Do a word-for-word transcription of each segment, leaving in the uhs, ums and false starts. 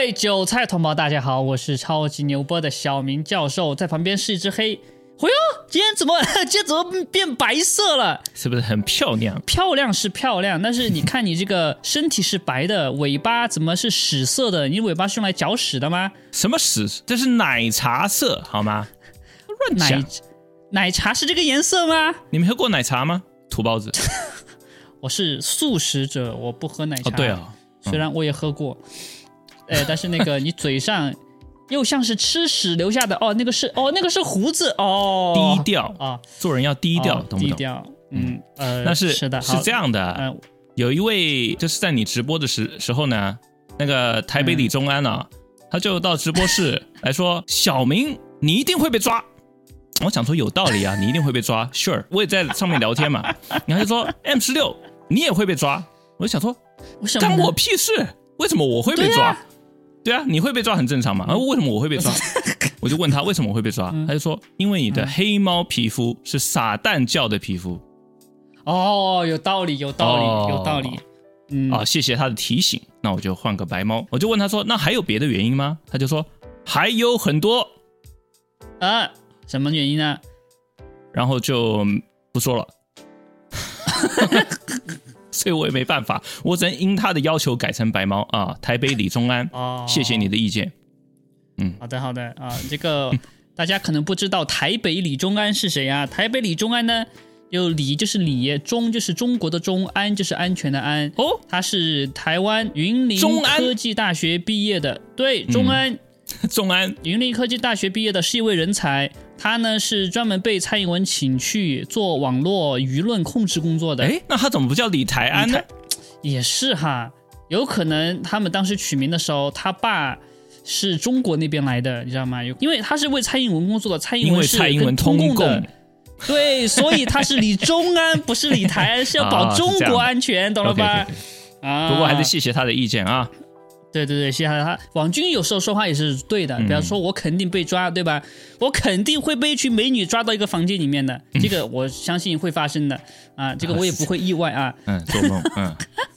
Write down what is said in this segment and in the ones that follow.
位韭菜同胞大家好，我是超级牛波的小明教授，在旁边是一只黑。哎呦，今天怎么今天怎么变白色了？ 是不是很漂亮？ 漂亮是漂亮，但是你看你这个身体是白的，尾巴怎么是屎色的？你尾巴是用来搅屎的吗？ 什么屎？这是奶茶色好吗？乱讲。 奶奶茶是这个颜色吗？ 你们喝过奶茶吗？土包子。 我是素食者，我不喝奶茶。 哦，对啊、哦， 嗯、虽然我也喝过，哎，但是那个你嘴上又像是吃屎留下的哦，那个是哦，那个是胡子哦， 低调啊、哦，做人要低调， 哦、 懂不懂？ 低调，嗯呃， 那是是的， 是这样的、呃，有一位就是在你直播的时时候呢，那个台北李宗安啊，嗯、他就到直播室来说，小明你一定会被抓。我想说有道理啊，你一定会被抓 ，sure， 我也在上面聊天嘛，然后就说 M 十六你也会被抓，我就想说，干我屁事，为什么我会被抓？对啊，你会被抓很正常嘛，而为什么我会被抓？我就问他为什么我会被抓，他就说因为你的黑猫皮肤是撒旦教的皮肤。 哦，有道理，有道理，哦、有道理。 嗯啊，谢谢他的提醒，那我就换个白猫。我就问他说，那还有别的原因吗？他就说还有很多啊。什么原因呢？ 然后就不说了，所以我也没办法，我只能因他的要求改成白猫啊。台北李宗安，哦、谢谢你的意见。 嗯，好的好的啊，这个大家可能不知道台北李宗安是谁啊？台北李宗安呢，有李就是李，中就是中国的中，安就是安全的安。哦，他是台湾云林科技大学毕业的，对，中安。嗯中安云林科技大学毕业的是一位人才，他呢是专门被蔡英文请去做网络舆论控制工作的。 诶，那他怎么不叫李台安呢？ 也是哈，有可能他们当时取名的时候，他爸是中国那边来的，你知道吗？因为他是为蔡英文工作的，蔡英文是跟中共的，对，所以他是李宗安，不是李台安，是要保中国安全，懂了吧？ okay, okay. 啊，不过还是谢谢他的意见啊。 对对对，谢谢他。网军有时候说话也是对的，比方说我肯定被抓，对吧？我肯定会被一群美女抓到一个房间里面的，这个我相信会发生的啊，这个我也不会意外啊。 嗯，做梦。嗯。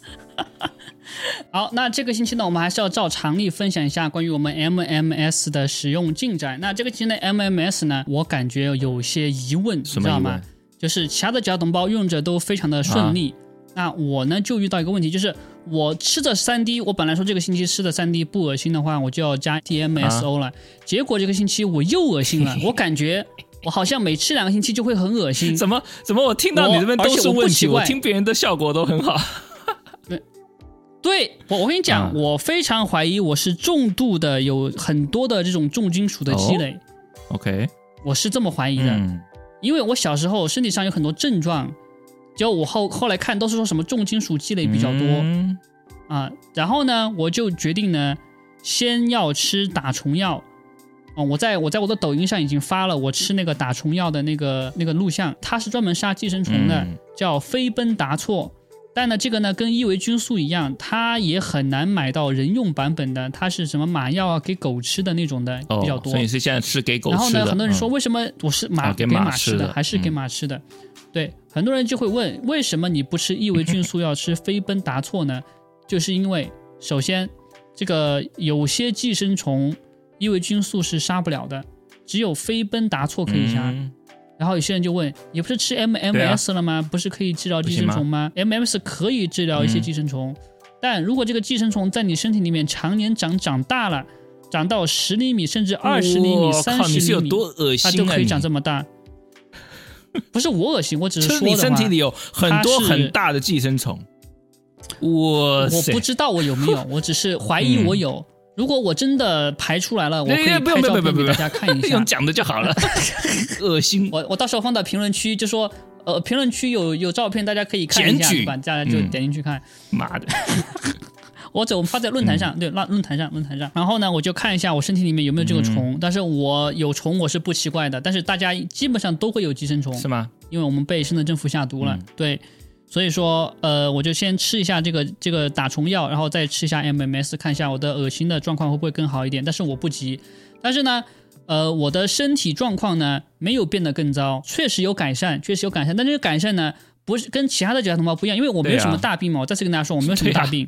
好，那这个星期呢，我们还是要照常例分享一下关于我们 M M S 的使用进展。那这个期的 M M S 呢，我感觉有些疑问，你知道吗？就是其他的脚同胞用着都非常的顺利。啊，那我呢就遇到一个问题，就是我吃的 三 D， 我本来说这个星期吃的 三 D 不恶心的话，我就要加 D M S O 了，啊、结果这个星期我又恶心了，我感觉我好像每吃两个星期就会很恶心。 怎么怎么我听到你这边都是问题，我, 我听别人的效果都很好。 对，对我我跟你讲、啊，我非常怀疑我是重度的，有很多的这种重金属的积累。 哦、OK， 我是这么怀疑的、嗯，因为我小时候身体上有很多症状。结果我后后来看都是说什么重金属积累比较多、嗯、啊，然后呢，我就决定呢，先要吃打虫药。哦，我在我在我的抖音上已经发了我吃那个打虫药的那个那个录像，它是专门杀寄生虫的，嗯、叫非苯达唑。但呢，这个呢跟伊维菌素一样，它也很难买到人用版本的，它是什么马药啊，给狗吃的那种的比较多。 哦、所以是现在吃给狗吃的。 然后呢，很多人说为什么我是马、 嗯、 给马吃的，还是给马吃的？嗯，对，很多人就会问，为什么你不吃伊维菌素要吃非苯达唑呢？就是因为首先这个有些寄生虫伊维菌素是杀不了的，只有非苯达唑可以杀、嗯、然后有些人就问，你不是吃 M M S 了吗、啊、不是可以治疗寄生虫吗？ M M S 可以治疗一些寄生虫、嗯、但如果这个寄生虫在你身体里面常年长长大了，长到十厘米甚至二十厘米三十厘米，它就可以长这么大。不是我恶心，我只是说的话， 你身体里有很多很大的寄生虫。我我不知道我有没有，我只是怀疑我有。嗯、如果我真的排出来了，我可以拍照片给大家看一下。 用讲的就好了。恶心！ 我我到时候放到评论区，就说呃，评论区有有照片，大家可以看一下，对吧？大家就点进去看。 嗯、妈的！ 我走发在论坛上、嗯、对论坛上论坛上，然后呢我就看一下我身体里面有没有这个虫、嗯、但是我有虫我是不奇怪的，但是大家基本上都会有寄生虫， 是吗？ 因为我们被深圳政府下毒了、嗯、对，所以说呃我就先吃一下这个这个打虫药，然后再吃一下 M M S， 看一下我的恶心的状况会不会更好一点，但是我不急。但是呢呃我的身体状况呢没有变得更糟，确实有改善确实有改善，但这个改善呢不是跟其他的脚同胞不一样，因为我没有什么大病嘛、啊、我再次跟大家说我没有什么大病，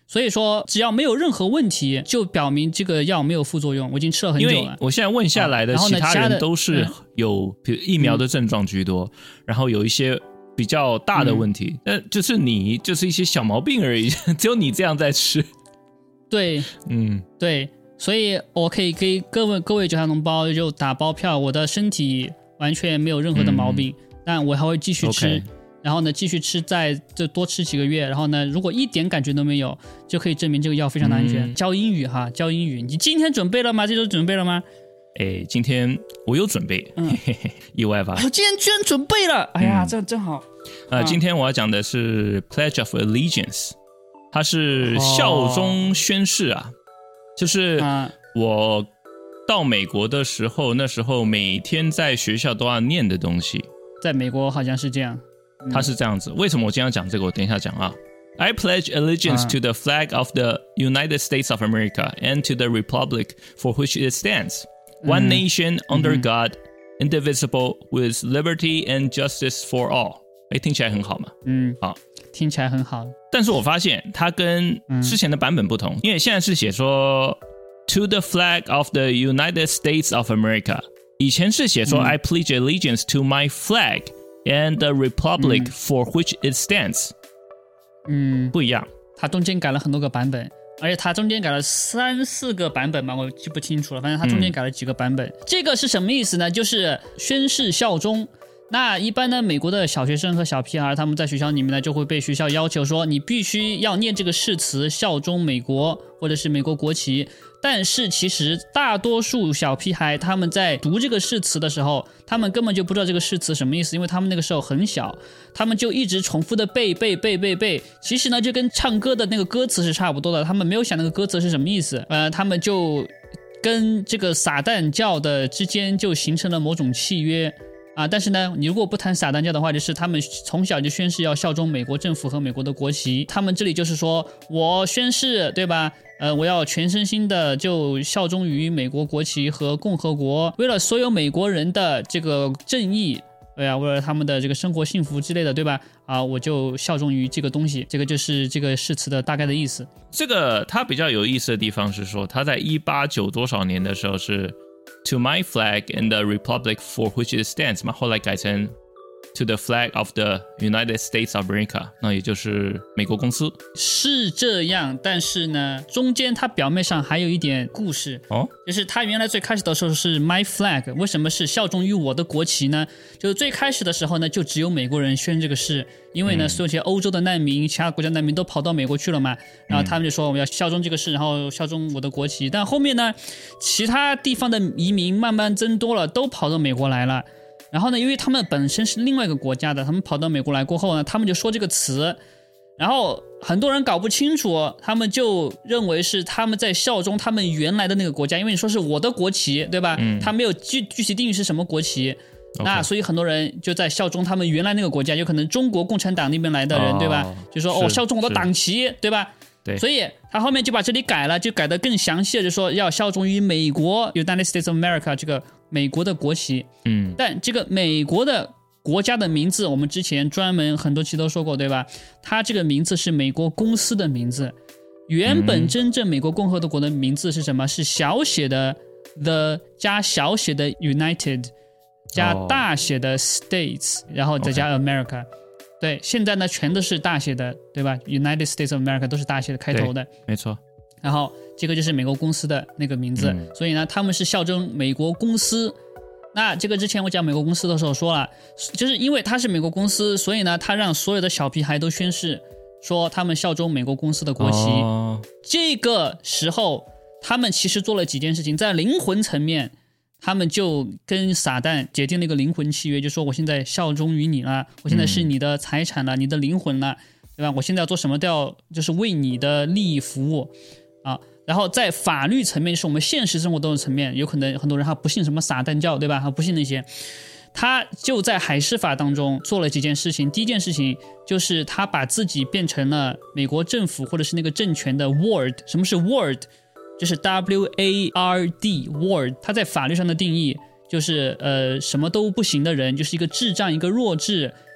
所以说只要没有任何问题，就表明这个药没有副作用，我已经吃了很久了。 因为我现在问下来的其他人都是有比如疫苗的症状居多、嗯、然后有一些比较大的问题，但、嗯、就是你就是一些小毛病而已，只有你这样在吃。 对，嗯，对，所以我可以给各位各位九条脓包就打包票，我的身体完全没有任何的毛病、嗯、但我还会继续吃、okay. 然后呢继续吃，再就多吃几个月，然后呢如果一点感觉都没有，就可以证明这个药非常的安全、嗯、教英语哈，教英语。你今天准备了吗？这周准备了吗？ 哎，今天我有准备、嗯、嘿嘿，意外吧？ 我今天居然准备了，哎呀、嗯、这真好。 呃、啊，今天我要讲的是 Pledge of Allegiance， 它是效忠宣誓啊、哦、就是我到美国的时候，那时候每天在学校都要念的东西。 在美国好像是这样， 它是这样子。为什么我今天要讲这个？我等一下讲啊。I pledge allegiance to the flag of the United States of America and to the republic for which it stands, one nation under God, indivisible, with liberty and justice for all。 哎，听起来很好嘛。 嗯，好，听起来很好。 但是我发现它跟之前的版本不同，因为现在是写说 to the flag of the United States of America， 以前是写说 I pledge allegiance to my flag and the republic for which it stands。 嗯， 不一样， 它中间改了很多个版本，而且它中间改了三四个版本吧，我记不清楚了，反正它中间改了几个版本、嗯、这个是什么意思呢？就是宣誓效忠。那一般呢，美国的小学生和小屁孩他们在学校里面呢就会被学校要求说你必须要念这个誓词，效忠美国或者是美国国旗。但是其实大多数小屁孩他们在读这个誓词的时候，他们根本就不知道这个誓词什么意思，因为他们那个时候很小，他们就一直重复的背背背背背。其实呢就跟唱歌的那个歌词是差不多的，他们没有想那个歌词是什么意思，呃，他们就跟这个撒旦教的之间就形成了某种契约啊，但是呢，你如果不谈撒旦教的话，就是他们从小就宣誓要效忠美国政府和美国的国旗。他们这里就是说，我宣誓，对吧？呃，我要全身心的就效忠于美国国旗和共和国，为了所有美国人的这个正义，对啊，为了他们的这个生活幸福之类的，对吧？啊，我就效忠于这个东西。这个就是这个誓词的大概的意思。 这个它比较有意思的地方是说，它在一八九多少年的时候是To my flag and the republic for which it stands 嘛，后来改成 To the flag of the United States of America， 那也就是美国公司。 是这样，但是呢，中间它表面上还有一点故事哦， 就是它原来最开始的时候是 my flag， 为什么是效忠于我的国旗呢？就是最开始的时候呢，就只有美国人宣这个誓，因为呢，所有些欧洲的难民、其他国家难民都跑到美国去了嘛，然后他们就说我们要效忠这个誓，然后效忠我的国旗。但后面呢，其他地方的移民慢慢增多了，都跑到美国来了。然后呢，因为他们本身是另外一个国家的，他们跑到美国来过后呢，他们就说这个词，然后很多人搞不清楚，他们就认为是他们在效忠他们原来的那个国家，因为你说是我的国旗，对吧？嗯，他没有具具体定义是什么国旗。那所以很多人就在效忠他们原来那个国家，有可能中国共产党那边来的人、哦、对吧？就说哦，效忠我的党旗，对吧？ 对， 所以他后面就把这里改了，就改得更详细了，就说要效忠于美国 United States of America 这个美国的国旗。 嗯， 但这个美国的国家的名字，我们之前专门很多期都说过，对吧？它这个名字是美国公司的名字，原本真正美国共和国的名字是什么？是小写的 the 加小写的 United 加大写的 States、哦、然后再加 America、okay.对，现在呢全都是大写的，对吧 ？United States of America 都是大写的开头的， 没错。 然后这个就是美国公司的那个名字、嗯，所以呢，他们是效忠美国公司。那这个之前我讲美国公司的时候说了，就是因为他是美国公司，所以呢，他让所有的小屁孩都宣誓说他们效忠美国公司的国旗。 哦、 这个时候，他们其实做了几件事情，在灵魂层面。他们就跟撒旦解定了一个灵魂契约，就说我现在效忠于你了，我现在是你的财产了、嗯、你的灵魂了，对吧？我现在要做什么都要就是为你的利益服务啊。然后在法律层面，是我们现实生活中的层面，有可能很多人他不信什么撒旦教，对吧？他不信那些，他就在海事法当中做了几件事情。第一件事情就是他把自己变成了美国政府或者是那个政权的 ward。什么是 ward？就是 W A R D ward， 它在法律上的定义就是呃什么都不行的人，就是一个智障一个弱智，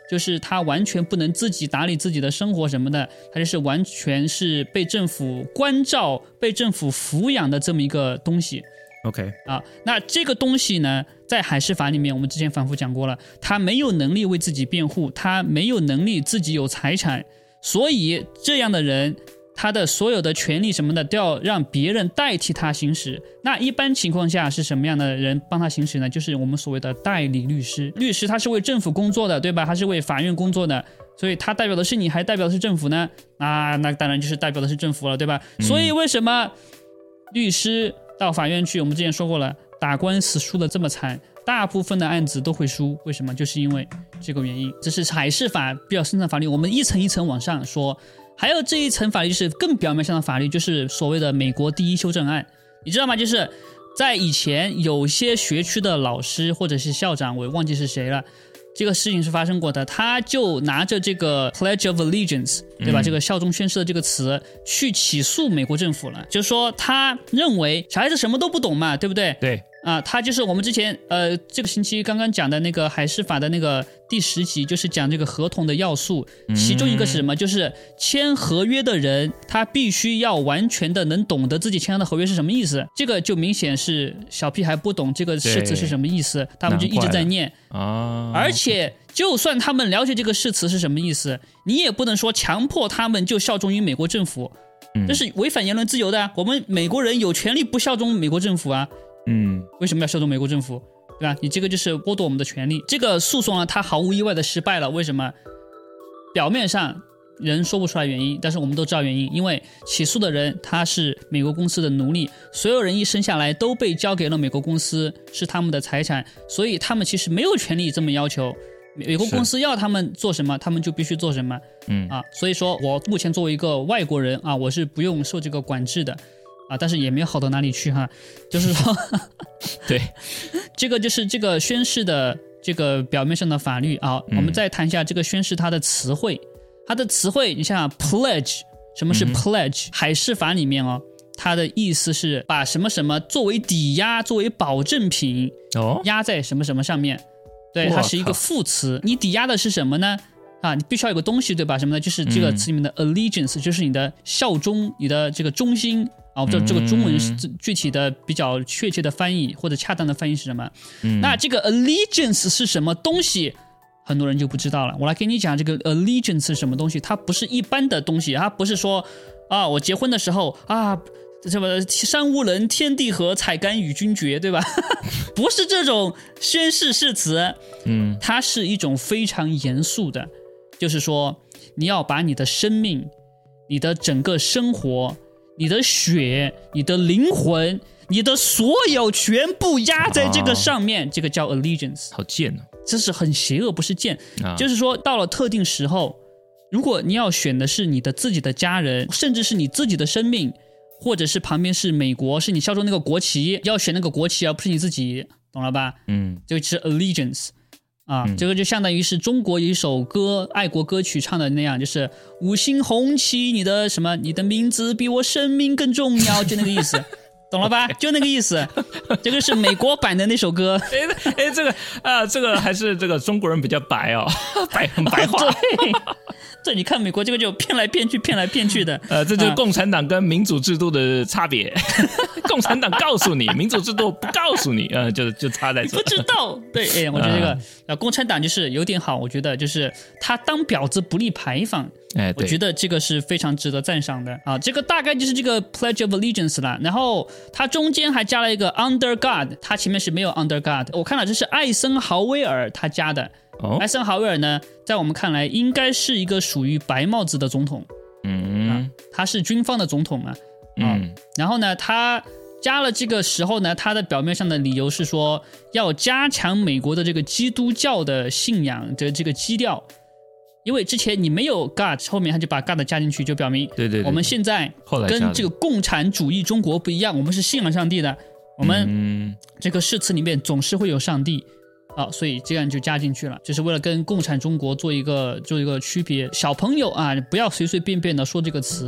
就是他完全不能自己打理自己的生活什么的，他就是完全是被政府关照、被政府抚养的这么一个东西。 OK 啊，那这个东西呢，在海事法里面，我们之前反复讲过了，他没有能力为自己辩护，他没有能力自己有财产，所以这样的人，他的所有的权利什么的都要让别人代替他行使。那一般情况下是什么样的人帮他行使呢？就是我们所谓的代理律师。律师他是为政府工作的，对吧？他是为法院工作的，所以他代表的是你，还代表的是政府呢？啊，那当然就是代表的是政府了，对吧？嗯、所以为什么律师到法院去，我们之前说过了，打官司输得这么惨，大部分的案子都会输，为什么？就是因为这个原因。这是海事法比较深层法律，我们一层一层往上说。还有这一层法律就是更表面上的法律，就是所谓的美国第一修正案，你知道吗？就是在以前有些学区的老师或者是校长，我忘记是谁了，这个事情是发生过的，他就拿着这个 Pledge of Allegiance， 对吧、嗯、这个效忠宣誓的这个词去起诉美国政府了，就是说他认为小孩子什么都不懂嘛，对不对？ 对啊，他就是我们之前呃这个星期刚刚讲的那个海事法的那个第十集，就是讲这个合同的要素，其中一个是什么？就是签合约的人他必须要完全的能懂得自己签的合约是什么意思，这个就明显是小屁孩不懂这个誓词是什么意思，他们就一直在念啊。而且就算他们了解这个誓词是什么意思，你也不能说强迫他们就效忠于美国政府，这是违反言论自由的啊。我们美国人有权利不效忠美国政府啊。嗯，为什么要效忠美国政府？对吧？你这个就是剥夺我们的权利。这个诉讼呢，它毫无意外的失败了。为什么？表面上人说不出来原因，但是我们都知道原因，因为起诉的人他是美国公司的奴隶，所有人一生下来都被交给了美国公司，是他们的财产，所以他们其实没有权利这么要求。美国公司要他们做什么，他们就必须做什么。嗯啊，所以说我目前作为一个外国人啊，我是不用受这个管制的。啊，但是也没有好到哪里去哈，就是说， 对， 这个就是这个宣誓的这个表面上的法律啊。嗯、我们再谈一下这个宣誓它的词汇，它的词汇，你想想 ，pledge， 什么是 pledge？、嗯、海事法里面哦，它的意思是把什么什么作为抵押、作为保证品，哦，压在什么什么上面。对，它是一个副词。你抵押的是什么呢？啊，你必须要有个东西，对吧？什么呢？就是这个词里面的 allegiance，、嗯、就是你的效忠，你的这个忠心。啊，我不知道这个中文是具体的比较确切的翻译或者恰当的翻译是什么。嗯、那这个 allegiance 是什么东西？很多人就不知道了。我来给你讲这个 allegiance 是什么东西。它不是一般的东西，它不是说啊，我结婚的时候啊，什么山无棱，天地合，彩竿与君绝，对吧？不是这种宣誓誓词。嗯，它是一种非常严肃的，就是说你要把你的生命、你的整个生活。你的血、你的灵魂、你的所有全部压在这个上面，哦、这个叫 allegiance。 好贱哦！ 这是很邪恶，不是贱。啊、就是说，到了特定时候，如果你要选的是你的自己的家人，甚至是你自己的生命，或者是旁边是美国，是你效忠那个国旗，要选那个国旗，而不是你自己，懂了吧？嗯，这个是 allegiance。啊，这个就相当于是中国有一首歌，爱国歌曲唱的那样，就是五星红旗，你的什么，你的名字比我生命更重要，就那个意思，懂了吧？就那个意思。这个是美国版的那首歌。 哎哎，这个啊，这个还是这个中国人比较白哦，白很白话。 对，这你看美国这个就骗来骗去，骗来骗去的。 呃，这就是共产党跟民主制度的差别。共产党告诉你，民主制度不告诉你，呃，就就差在这。 不知道，对，哎，我觉得这个、呃、共产党就是有点好，我觉得就是他当婊子不立牌坊，哎，我觉得这个是非常值得赞赏的啊。这个大概就是这个 Pledge of Allegiance 啦，然后它中间还加了一个 Under God， 它前面是没有 Under God， 我看了这是艾森豪威尔他加的。哦、艾森豪威尔呢，在我们看来应该是一个属于白帽子的总统，嗯、啊，他是军方的总统嘛，啊、嗯，然后呢，他加了这个时候呢，他的表面上的理由是说要加强美国的这个基督教的信仰的这个基调，因为之前你没有 God， 后面他就把 God 加进去，就表明对对对，我们现在跟这个共产主义中国不一样，我们是信仰上帝的，我们这个誓词里面总是会有上帝。啊、哦，所以这样就加进去了，就是为了跟共产中国做一个做一个区别。小朋友啊，不要随随便便的说这个词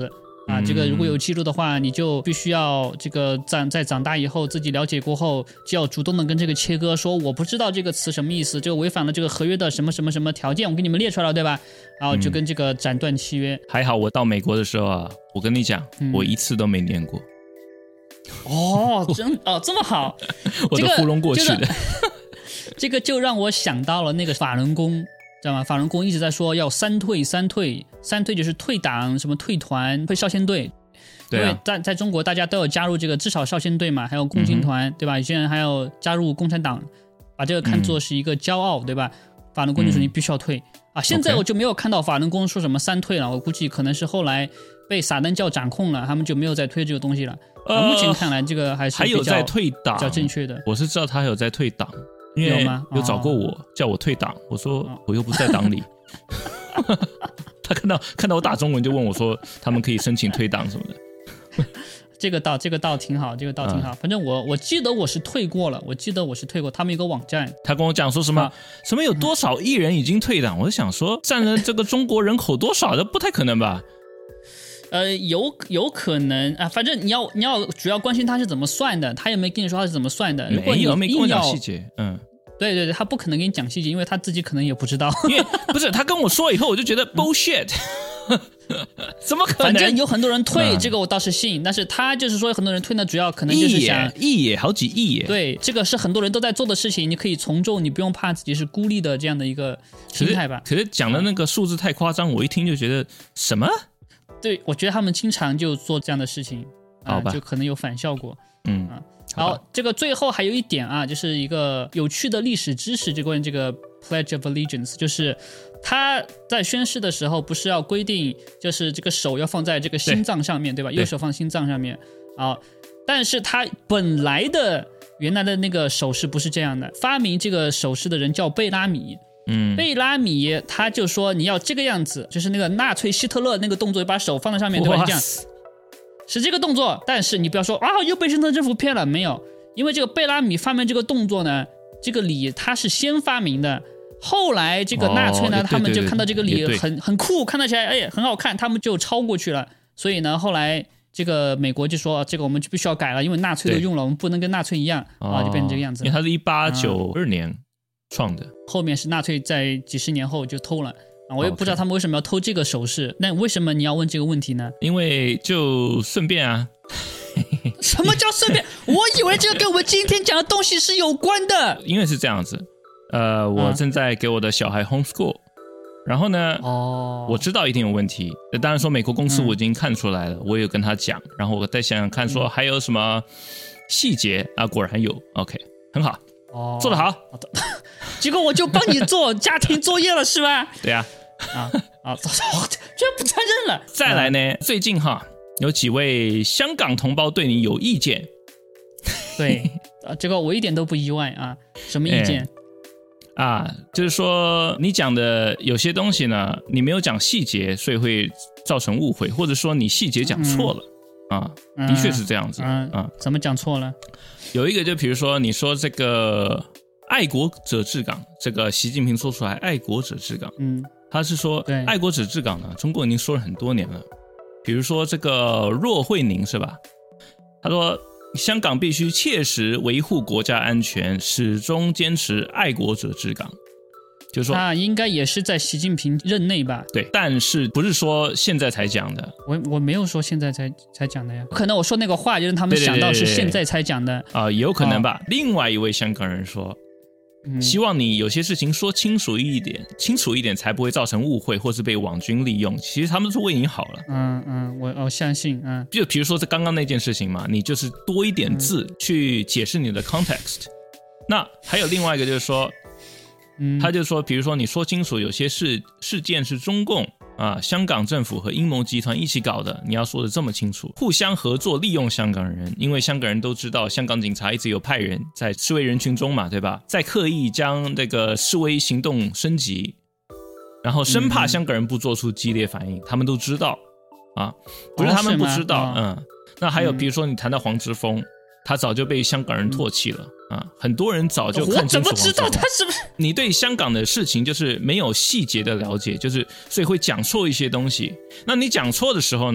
啊，这个如果有记录的话，你就必须要这个长在长大以后自己了解过后，就要主动的跟这个切割说，我不知道这个词什么意思，这个违反了这个合约的什么什么什么条件，我给你们列出来了，对吧？然后就跟这个斩断契约。 嗯、还好我到美国的时候啊，我跟你讲， 嗯、 我一次都没念过。 哦，真哦这么好， 我都糊弄过去的。 这个、这个就让我想到了那个法轮功。知道吗？法轮功一直在说要三退三退，三退就是退党、什么退团、退少先队。 对啊， 因为在在中国大家都有加入这个至少少先队嘛，还有共青团，嗯、对吧？有些人还要加入共产党，把这个看作是一个骄傲，嗯、对吧？法轮功就是你必须要退、嗯、啊！现在我就没有看到法轮功说什么三退了，我估计可能是后来被撒旦教掌控了，他们就没有再推这个东西了。呃、啊，目前看来这个还是比较还有在退党， 比较正确的。 我是知道他还有在退党。因为有找过我、哦、叫我退党，我说我又不在党里。哦、他看到看到我打中文就问我说他们可以申请退党什么的。 这个倒这个倒挺好，这个倒挺好。嗯、反正我我记得我是退过了，我记得我是退过他们一个网站。 他跟我讲说什么、啊、什么有多少亿人已经退党，我就想说占了这个中国人口多少的不太可能吧。 呃，有有可能啊，反正你要你要主要关心他是怎么算的，他也没跟你说他是怎么算的。如果你没跟我讲细节，嗯， 对对对，他不可能给你讲细节，因为他自己可能也不知道。 因为不是他跟我说以后，我就觉得 bullshit， 怎么可能？ 反正有很多人退，嗯、这个我倒是信，但是他就是说很多人退呢，主要可能就是想亿耶，好几亿耶。 对，这个是很多人都在做的事情，你可以从众，你不用怕自己是孤立的这样的一个心态吧。 可是，可是讲的那个数字太夸张，我一听就觉得什么？ 对，我觉得他们经常就做这样的事情， 好吧、 呃，就可能有反效果。 嗯啊，好，这个最后还有一点啊，就是一个有趣的历史知识，就关于这个 Pledge of Allegiance， 就是他在宣誓的时候不是要规定，就是这个手要放在这个心脏上面， 对, 对吧？右手放心脏上面啊，但是他本来的原来的那个手势不是这样的，发明这个手势的人叫贝拉米。 嗯， 贝拉米他就说你要这个样子，就是那个纳粹希特勒那个动作，把手放在上面，对吧？这样是这个动作，但是你不要说啊又被希特勒政府骗了，没有，因为这个贝拉米发明这个动作呢，这个礼他是先发明的，后来这个纳粹呢， 哦、 他们就看到这个礼很很酷，看到起来哎很好看，他们就超过去了，所以呢后来这个美国就说这个我们就必须要改了，因为纳粹都用了，我们不能跟纳粹一样啊，就变成这个样子了。 因为他是一八九二年创的， 后面是纳粹在几十年后就偷了啊，我也不知道他们为什么要偷这个手势。那为什么你要问这个问题呢？ 因为就顺便啊。 什么叫顺便？我以为这个跟我们今天讲的东西是有关的。 因为是这样子，呃，我正在给我的小孩 homeschool，、嗯、然后呢， 哦， 我知道一定有问题。当然说美国公司我已经看出来了，嗯、我有跟他讲，然后我再想想看，说还有什么细节、嗯、啊？果然有 ，OK， 很好。哦，做得好，好的。 结果我就帮你做家庭作业了，是吧？ 对呀、 啊，啊啊，居然不承认了。 再来呢，嗯、最近哈有几位香港同胞对你有意见。 对，啊，这个我一点都不意外啊。什么意见？ 欸、啊，就是说你讲的有些东西呢，你没有讲细节，所以会造成误会，或者说你细节讲错了。嗯啊，的确是这样子。 嗯， 啊， 怎么讲错了？ 有一个就比如说你说这个爱国者治港，这个习近平说出来爱国者治港， 嗯， 他是说爱国者治港呢，中国已经说了很多年了。比如说这个骆惠宁是吧？他说香港必须切实维护国家安全，始终坚持爱国者治港。就是说他应该也是在习近平任内吧？ 对，但是不是说现在才讲的？ 我我没有说现在才才讲的呀。可能我说那个话就让他们想到是现在才讲的啊，也有可能吧。哦、另外一位香港人说、嗯，希望你有些事情说清楚一点，清楚一点才不会造成误会，或是被网军利用。其实他们都是为你好了。 嗯嗯，我我相信。嗯， 就比如说这刚刚那件事情嘛，你就是多一点字去解释你的 context、嗯。那还有另外一个就是说。他就说比如说你说清楚有些事事件是中共啊香港政府和阴谋集团一起搞的，你要说的这么清楚，互相合作利用香港人，因为香港人都知道香港警察一直有派人在示威人群中嘛，对吧，在刻意将这个示威行动升级，然后生怕香港人不做出激烈反应、嗯、他们都知道啊，不是他们不知道、哦、嗯，那还有比如说你谈到黄之锋、嗯、他早就被香港人唾弃了、嗯、啊，很多人早就看清楚黄之锋。 我怎么知道他是不是？ 你对香港的事情就是没有细节的了解，就是所以会讲错一些东西。那你讲错的时候呢，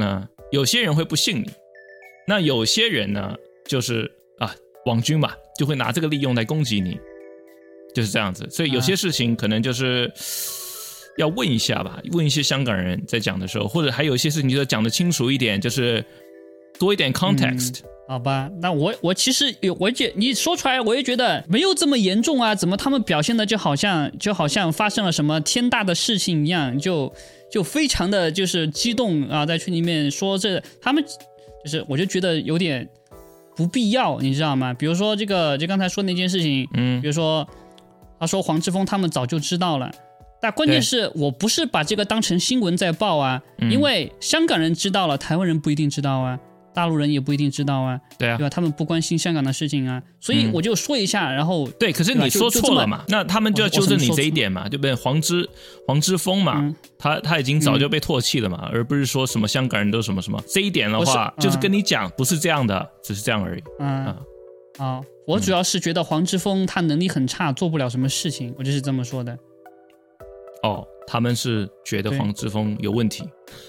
有些人会不信你，那有些人呢，就是啊，网军嘛，就会拿这个利用来攻击你，就是这样子。所以有些事情可能就是要问一下吧，问一些香港人在讲的时候，或者还有一些事情就讲得清楚一点，就是多一点 context。 嗯好吧，那我我其实我觉你说出来，我也觉得没有这么严重啊，怎么他们表现的就好像就好像发生了什么天大的事情一样，就就非常的就是激动啊，在群里面说这他们就是我就觉得有点不必要，你知道吗？比如说这个就刚才说那件事情，嗯，比如说他说黄之锋他们早就知道了。但关键是我不是把这个当成新闻在报啊，因为香港人知道了，台湾人不一定知道啊。大陆人也不一定知道啊， 对啊， 对吧？他们不关心香港的事情啊，所以我就说一下，嗯、然后对，可是你说错了嘛，那他们就要纠正你这一点嘛，对不对？黄之黄之锋嘛，嗯、他他已经早就被唾弃了嘛，嗯、而不是说什么香港人都什么什么。这一点的话，是就是跟你讲，不是这样的，只是这样而已。嗯啊、 哦，我主要是觉得黄之锋他能力很差，做不了什么事情，我就是这么说的。 哦，他们是觉得黄之锋有问题。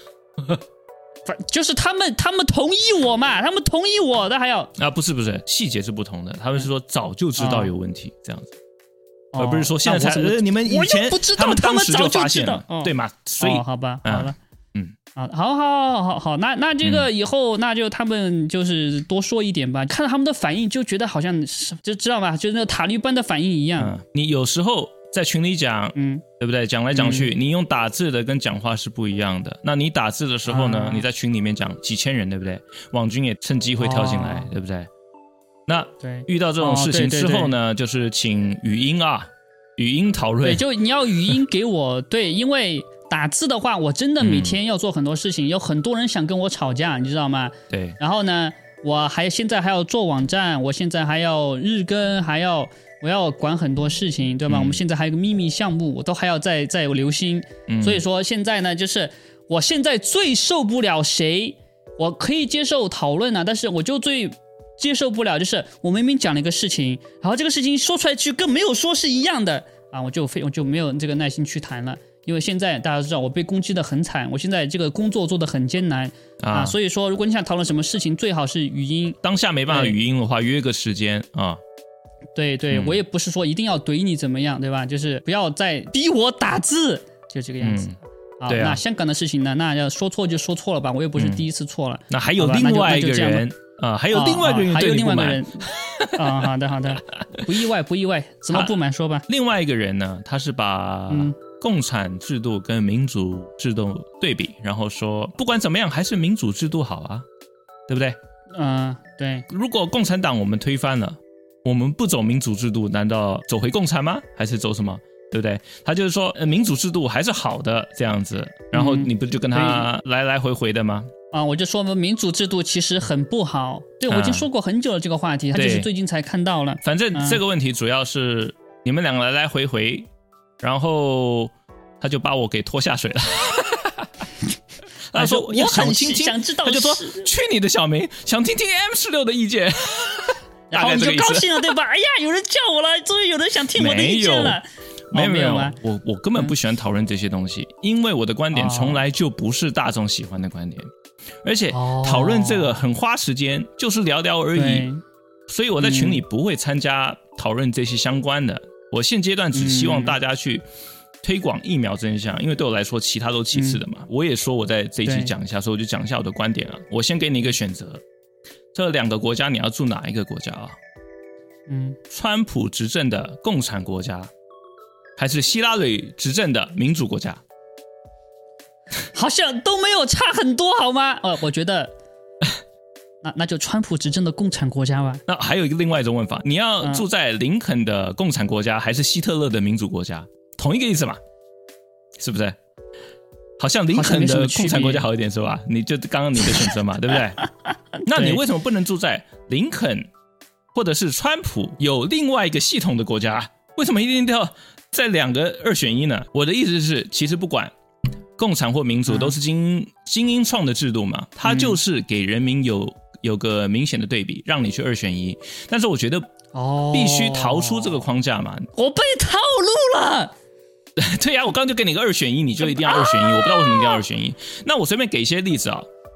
就是他们，他们同意我嘛，他们同意我的还要啊，不是不是，细节是不同的。他们是说早就知道有问题，哦、这样子，而不是说现在才。呃、你们以前不知道他们当时就发现了， 哦、 对吗？所以、 哦、好吧，好了， 嗯， 好，好，好，好，好，那那这个以后，嗯、那就他们就是多说一点吧。看到他们的反应，就觉得好像就知道吧，就那塔利班的反应一样。 嗯、你有时候在群里讲，嗯，对不对？讲来讲去，嗯、你用打字的跟讲话是不一样的。那你打字的时候呢，啊、你在群里面讲几千人，对不对？网军也趁机会跳进来，哦、对不对？那遇到这种事情之后呢，哦、对对对就是请语音啊，语音讨论。 对，就你要语音给我，对，因为打字的话，我真的每天要做很多事情，嗯、有很多人想跟我吵架，你知道吗？ 对。 然后呢，我还现在还要做网站，我现在还要日更，还要。我要管很多事情，对吧？嗯、我们现在还有个秘密项目，我都还要再再有留心。嗯、所以说现在呢，就是我现在最受不了谁，我可以接受讨论啊，但是我就最接受不了，就是我明明讲了一个事情，然后这个事情说出来就跟没有说是一样的啊，我就非我就没有这个耐心去谈了。因为现在大家知道我被攻击的很惨，我现在这个工作做得很艰难 啊, 啊，所以说如果你想讨论什么事情，最好是语音。 当下没办法语音的话，约个时间啊。 对对、嗯，我也不是说一定要怼你怎么样，对吧？就是不要再逼我打字，就这个样子。嗯、好，对啊、那香港的事情呢？那要说错就说错了吧，我也不是第一次错了。嗯、 那还有另外一个人啊，还有另外一个人对你不满。 啊，好的好的，不意外不意外，怎么不满说吧？ 另外一个人呢，他是把共产制度跟民主制度对比，然后说不管怎么样还是民主制度好啊，对不对？ 嗯，对。 如果共产党我们推翻了。我们不走民主制度，难道走回共产吗？还是走什么？对不对？他就是说，呃、民主制度还是好的这样子。然后你不就跟他来来回回的吗？ 啊，我就说民主制度其实很不好。对，我已经说过很久了这个话题，他就是最近才看到了。 反正这个问题主要是你们两个来来回回，然后他就把我给拖下水了。他说：“ 我很想知道。” 他就说：“去你的小明，想听听 M 十六的意见。” 然后你就高兴了，对吧？哎呀，有人叫我了，终于有人想听我的意见了。 没有没有，哦、我我根本不喜欢讨论这些东西，嗯、因为我的观点从来就不是大众喜欢的观点，哦、而且讨论这个很花时间，就是聊聊而已。所以我在群里不会参加讨论这些相关的。嗯、我现阶段只希望大家去推广疫苗真相，嗯、因为对我来说其他都其次的嘛。嗯、我也说我在这一期讲一下，所以我就讲一下我的观点啊。我先给你一个选择。这两个国家你要住哪一个国家啊？嗯，川普执政的共产国家，还是希拉里执政的民主国家？ 好像都没有差很多，好吗？呃，我觉得，那那就川普执政的共产国家吧。 那还有一个另外一种问法，你要住在林肯的共产国家，还是希特勒的民主国家？同一个意思嘛，是不是？好像林肯的共产国家好一点是吧？你就刚刚你的选择嘛，对不对？那你为什么不能住在林肯或者是川普有另外一个系统的国家？为什么一定要在两个二选一呢？我的意思是，其实不管共产或民主，都是精英、嗯、精英创的制度嘛，它就是给人民有有个明显的对比，让你去二选一。但是我觉得必须逃出这个框架嘛。 我被套路了。 对呀、啊，我刚刚就给你个二选一，你就一定要二选一，啊、我不知道为什么一定要二选一。那我随便给一些例子啊，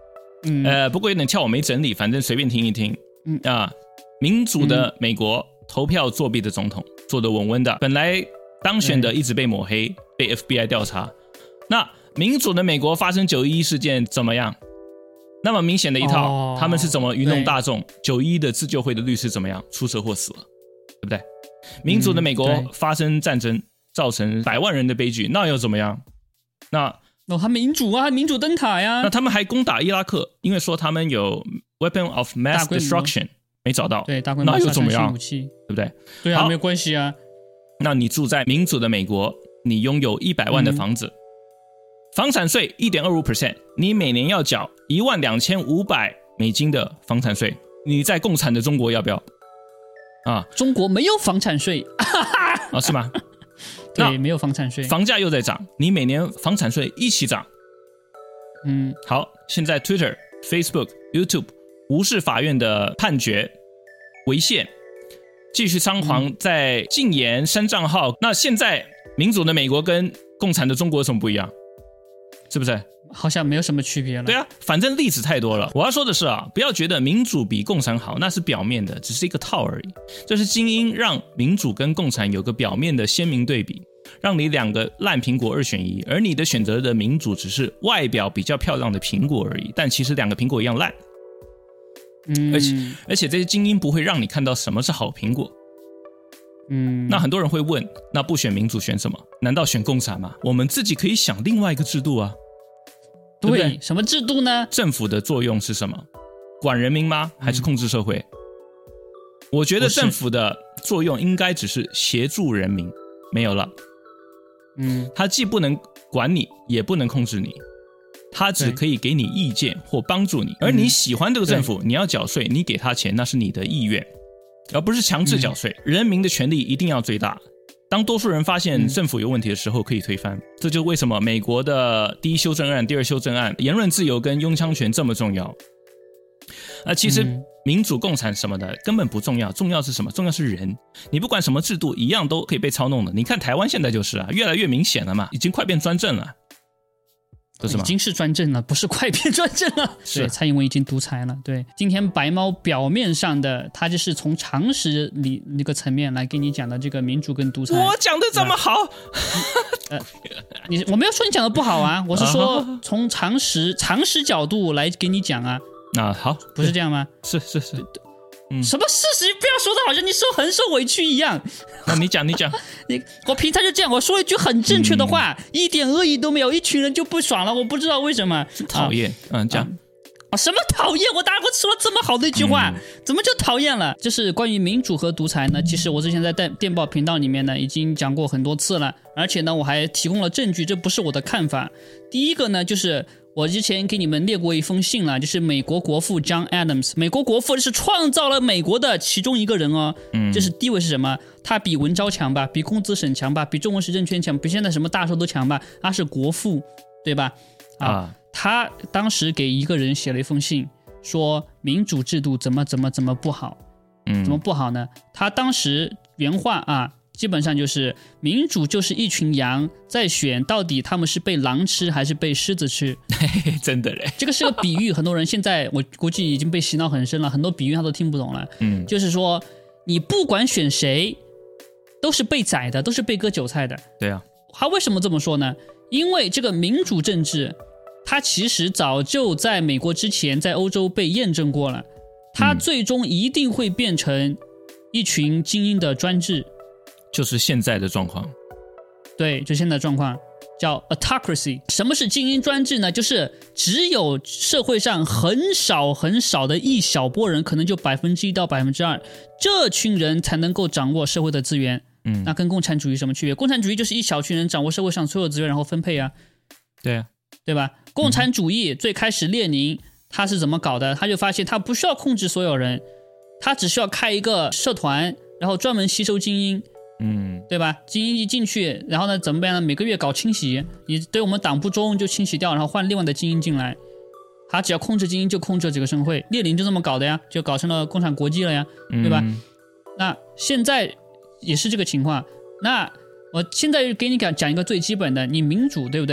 嗯呃，不过有点跳，我没整理，反正随便听一听。 嗯啊，民主的美国、嗯、投票作弊的总统做得稳稳的，本来当选的一直被抹黑，被 F B I 调查。那民主的美国发生九一一事件怎么样？那么明显的一套， 哦、 他们是怎么愚弄大众？九一一的自救会的律师怎么样？出车祸死了，对不对？民主的美国发生战争，嗯、造成百万人的悲剧，那又怎么样？那哦，他民主啊，民主灯塔呀。 那他们还攻打伊拉克，因为说他们有 weapon of mass destruction， 没找到， 对，大规模那又怎么样？ 武器， 对不对？ 对啊，没有关系啊。 那你住在民主的美国，你拥有一百万的房子。嗯，房产税 百分之一点二五， 你每年要缴一万两千五百美金的房产税。你在共产的中国要不要？啊， 中国没有房产税啊，是吗？ 对，没有房产税， 房价又在涨，你每年房产税一起涨。 嗯， 好，现在 Twitter、Facebook、YouTube 无视法院的判决，违宪，继续猖狂，在禁言删账号。嗯，那现在民主的美国跟共产的中国有什么不一样？是不是？ 好像没有什么区别了。 对啊，反正例子太多了。我要说的是啊，不要觉得民主比共产好，那是表面的，只是一个套而已。这是精英让民主跟共产有个表面的鲜明对比，让你两个烂苹果二选一，而你的选择的民主只是外表比较漂亮的苹果而已，但其实两个苹果一样烂。 嗯， 而且而且这些精英不会让你看到什么是好苹果。 嗯， 那很多人会问，那不选民主选什么？难道选共产吗？我们自己可以想另外一个制度啊。对不对？ 什么制度呢？ 政府的作用是什么？管人民吗？还是控制社会？嗯，我觉得政府的作用应该只是协助人民，没有了。 嗯， 他既不能管你，也不能控制你，他只可以给你意见或帮助你。而你喜欢这个政府，你要缴税，你给他钱，那是你的意愿，而不是强制缴税。嗯，人民的权利一定要最大。当多数人发现政府有问题的时候，可以推翻。嗯，这就是为什么美国的第一修正案、第二修正案，言论自由跟拥枪权这么重要。啊，其实民主、共产什么的根本不重要，重要是什么？重要是人。你不管什么制度，一样都可以被操弄的。你看台湾现在就是啊，越来越明显了嘛，已经快变专政了。 已经是专政了，不是快变专政了。对，蔡英文已经独裁了。对，今天白猫表面上的，他就是从常识里那个层面来跟你讲的这个民主跟独裁。 我讲的这么好， 呃，你我没有说你讲的不好啊，我是说从常识常识角度来给你讲啊。 啊，好， 不是这样吗？ 是是是。 嗯，什么事实不要说的好像你受很受委屈一样。 那你讲你讲你我平常就这样，我说一句很正确的话，嗯，一点恶意都没有，一群人就不爽了，我不知道为什么。 讨厌。啊，嗯，讲啊，什么讨厌？我大哥说了这么好的一句话，嗯，怎么就讨厌了？就是关于民主和独裁呢，其实我之前在电报频道里面呢已经讲过很多次了，而且呢我还提供了证据，这不是我的看法。第一个呢就是我之前给你们列过一封信了，就是美国国父 John Adams， 美国国父是创造了美国的其中一个人哦。嗯，这是地位是什么？他比文昭强吧，比公子沈强吧，比中文时政圈强，比现在什么大寿都强吧？他是国父，对吧？啊，啊他当时给一个人写了一封信，说民主制度怎么怎么怎么不好。嗯，怎么不好呢？他当时原话啊。基本上就是民主就是一群羊在选到底他们是被狼吃还是被狮子吃。 真的嘞， 这个是个比喻，很多人现在我估计已经被洗脑很深了，很多比喻他都听不懂了。嗯，就是说你不管选谁都是被宰的，都是被割韭菜的。 对啊， 他为什么这么说呢？因为这个民主政治它其实早就在美国之前在欧洲被验证过了，它最终一定会变成一群精英的专制， 就是现在的状况。 对，就现在的状况叫 autocracy。 什么是精英专制呢？就是只有社会上很少很少的一小波人，可能就百分之一到百分之二，这群人才能够掌握社会的资源。嗯，那跟共产主义什么区别？共产主义就是一小群人掌握社会上所有资源然后分配啊。 对啊， 对吧？共产主义最开始列宁他是怎么搞的？他就发现他不需要控制所有人，他只需要开一个社团，然后专门吸收精英。嗯，对吧？精英一进去，然后呢，怎么办呢？每个月搞清洗，你对我们党不忠就清洗掉，然后换另外的精英进来。他只要控制精英，就控制这个社会。列宁就这么搞的呀，就搞成了共产国际了呀，对吧？嗯、那现在也是这个情况。那我现在给你讲讲一个最基本的，你民主对不对？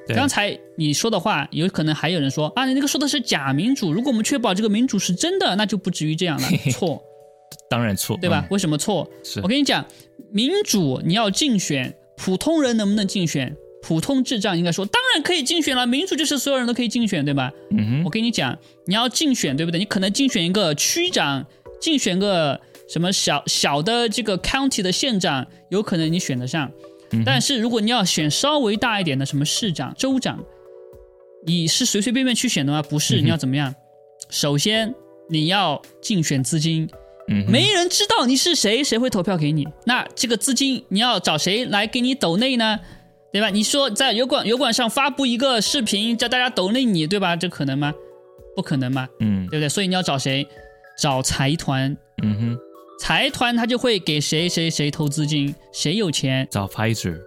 刚才你说的话，有可能还有人说啊，你那个说的是假民主，如果我们确保这个民主是真的，那就不至于这样了。错， 当然错， 对吧？ 嗯、 为什么错？ 是我跟你讲，民主你要竞选，普通人能不能竞选？普通智障应该说，当然可以竞选了。民主就是所有人都可以竞选，对吧？ 嗯哼， 我跟你讲，你要竞选，对不对？你可能竞选一个区长，竞选个什么小小的这个 county 的县长，有可能你选得上。 嗯、 但是如果你要选稍微大一点的，什么市长、州长，你是随随便便去选的吗？不是， 嗯、 你要怎么样？首先你要竞选资金。 嗯、 没人知道你是谁，谁会投票给你？那这个资金你要找谁来给你抖内呢？对吧？你说在油管油管上发布一个视频，叫大家抖内你，对吧？这可能吗？不可能嘛， 嗯， 对不对？所以你要找谁？找财团， 嗯哼， 财团他就会给谁谁谁投资金，谁有钱？ 找 Pfizer，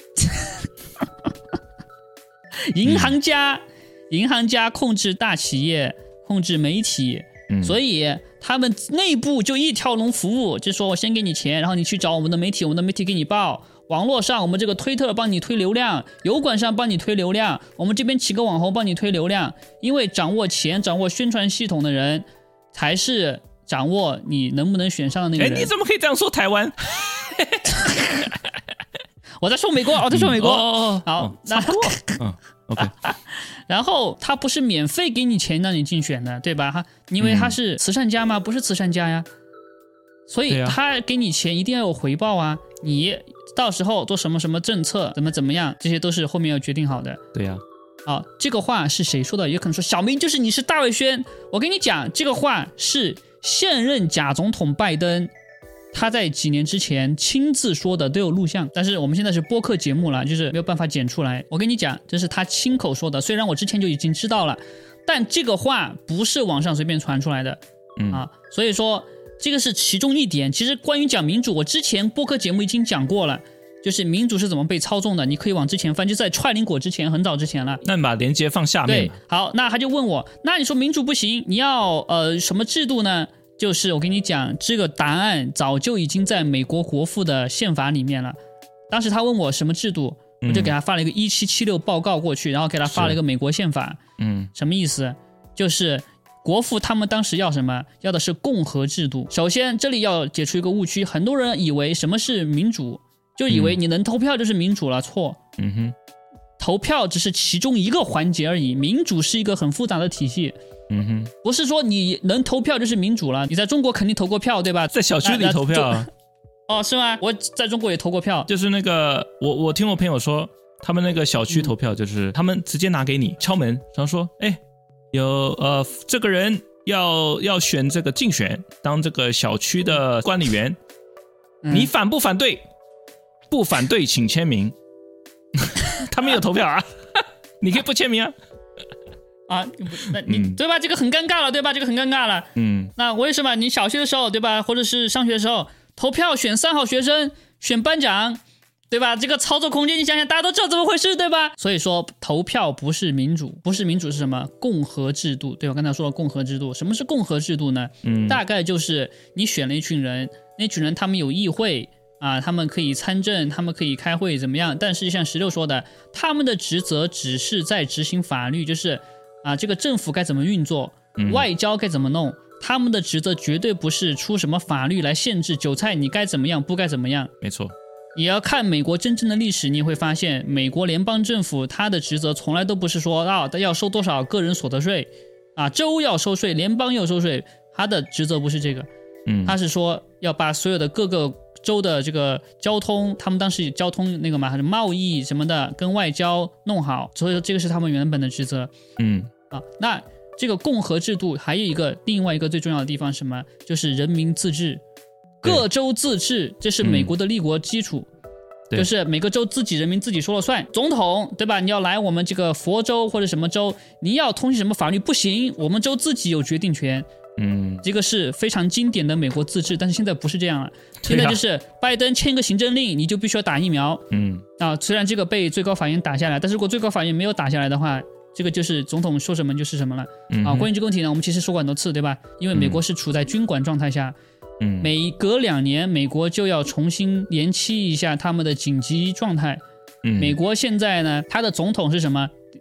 银行家，嗯、银行家控制大企业，控制媒体， 嗯、 所以他们内部就一条龙服务，就说我先给你钱，然后你去找我们的媒体，我们的媒体给你报。网络上我们这个推特帮你推流量，油管上帮你推流量，我们这边起个网红帮你推流量。因为掌握钱、掌握宣传系统的人，才是掌握你能不能选上的那个人。 哎，你怎么可以这样说台湾？ 我在说美国，我在说美国。 嗯、哦， 好， 哦、差不多。嗯 ，OK。 然后他不是免费给你钱让你竞选的，对吧？他因为他是慈善家吗？不是慈善家呀。所以他给你钱一定要有回报啊！你到时候做什么什么政策，怎么怎么样，这些都是后面要决定好的。 对呀、 啊，好，这个话是谁说的？也可能说小明就是你是大卫轩。我跟你讲，这个话是现任假总统拜登，他在几年之前亲自说的，都有录像。但是我们现在是播客节目了，就是没有办法剪出来。我跟你讲，这是他亲口说的，虽然我之前就已经知道了，但这个话不是网上随便传出来的。 嗯啊，所以说。这个是其中一点。其实关于讲民主，我之前播客节目已经讲过了，就是民主是怎么被操纵的，你可以往之前翻，就在踹林果之前，很早之前了。 那你把连接放下面。 对，好，那他就问我，那你说民主不行，你要呃什么制度呢？就是我跟你讲，这个答案早就已经在美国国父的宪法里面了。当时他问我什么制度，我就给他发了一个一七七六报告过去，然后给他发了一个美国宪法。 嗯， 什么意思？就是国父他们当时要什么？要的是共和制度。首先，这里要解除一个误区，很多人以为什么是民主，就以为你能投票就是民主了。错。 嗯哼， 投票只是其中一个环节而已，民主是一个很复杂的体系。 嗯哼， 不是说你能投票就是民主了。你在中国肯定投过票，对吧？ 在小区里投票啊。 哦，是吗？我在中国也投过票。 就是那个，我我听我朋友说，他们那个小区投票，就是、嗯、他们直接拿给你敲门，然后说，哎。有呃，这个人要要选这个竞选当这个小区的管理员，嗯、你反不反对？不反对，请签名。他没有投票啊，你可以不签名啊。 啊，那你、嗯、对吧？这个很尴尬了，对吧？这个很尴尬了。 嗯， 那为什么你小学的时候，对吧？或者是上学的时候投票选三好学生，选班长？对吧？这个操作空间，你想想，大家都知道怎么回事，对吧？所以说，投票不是民主，不是民主是什么？共和制度，对吧？刚才说了共和制度，什么是共和制度呢？ 嗯， 大概就是你选了一群人，那群人他们有议会啊，他们可以参政，他们可以开会，怎么样？但是像十六说的，他们的职责只是在执行法律，就是啊，这个政府该怎么运作， 嗯、 外交该怎么弄。他们的职责绝对不是出什么法律来限制韭菜你该怎么样，不该怎么样。 没错。 也要看美国真正的历史，你会发现美国联邦政府它的职责从来都不是说啊要收多少个人所得税啊，州要收税，联邦要收税，它的职责不是这个， 嗯， 它是说要把所有的各个州的这个交通，他们当时交通那个嘛，还是贸易什么的，跟外交弄好，所以说这个是他们原本的职责， 嗯啊，那这个共和制度还有一个另外一个最重要的地方是什么？就是人民自治。各州自治，这是美国的立国基础、嗯、就是每个州自己人民自己说了算。总统对吧？你要来我们这个佛州或者什么州，你要通行什么法律不行，我们州自己有决定权。 嗯， 这个是非常经典的美国自治，但是现在不是这样了。现在就是拜登签个行政令，你就必须要打疫苗。 嗯啊，虽然这个被最高法院打下来，但是如果最高法院没有打下来的话，这个就是总统说什么就是什么了。 嗯、 啊，关于这个问题呢，我们其实说过很多次，对吧？因为美国是处在军管状态下。 嗯， 每隔两年，美国就要重新延期一下他们的紧急状态。 嗯， 美国现在呢，他的总统是什么？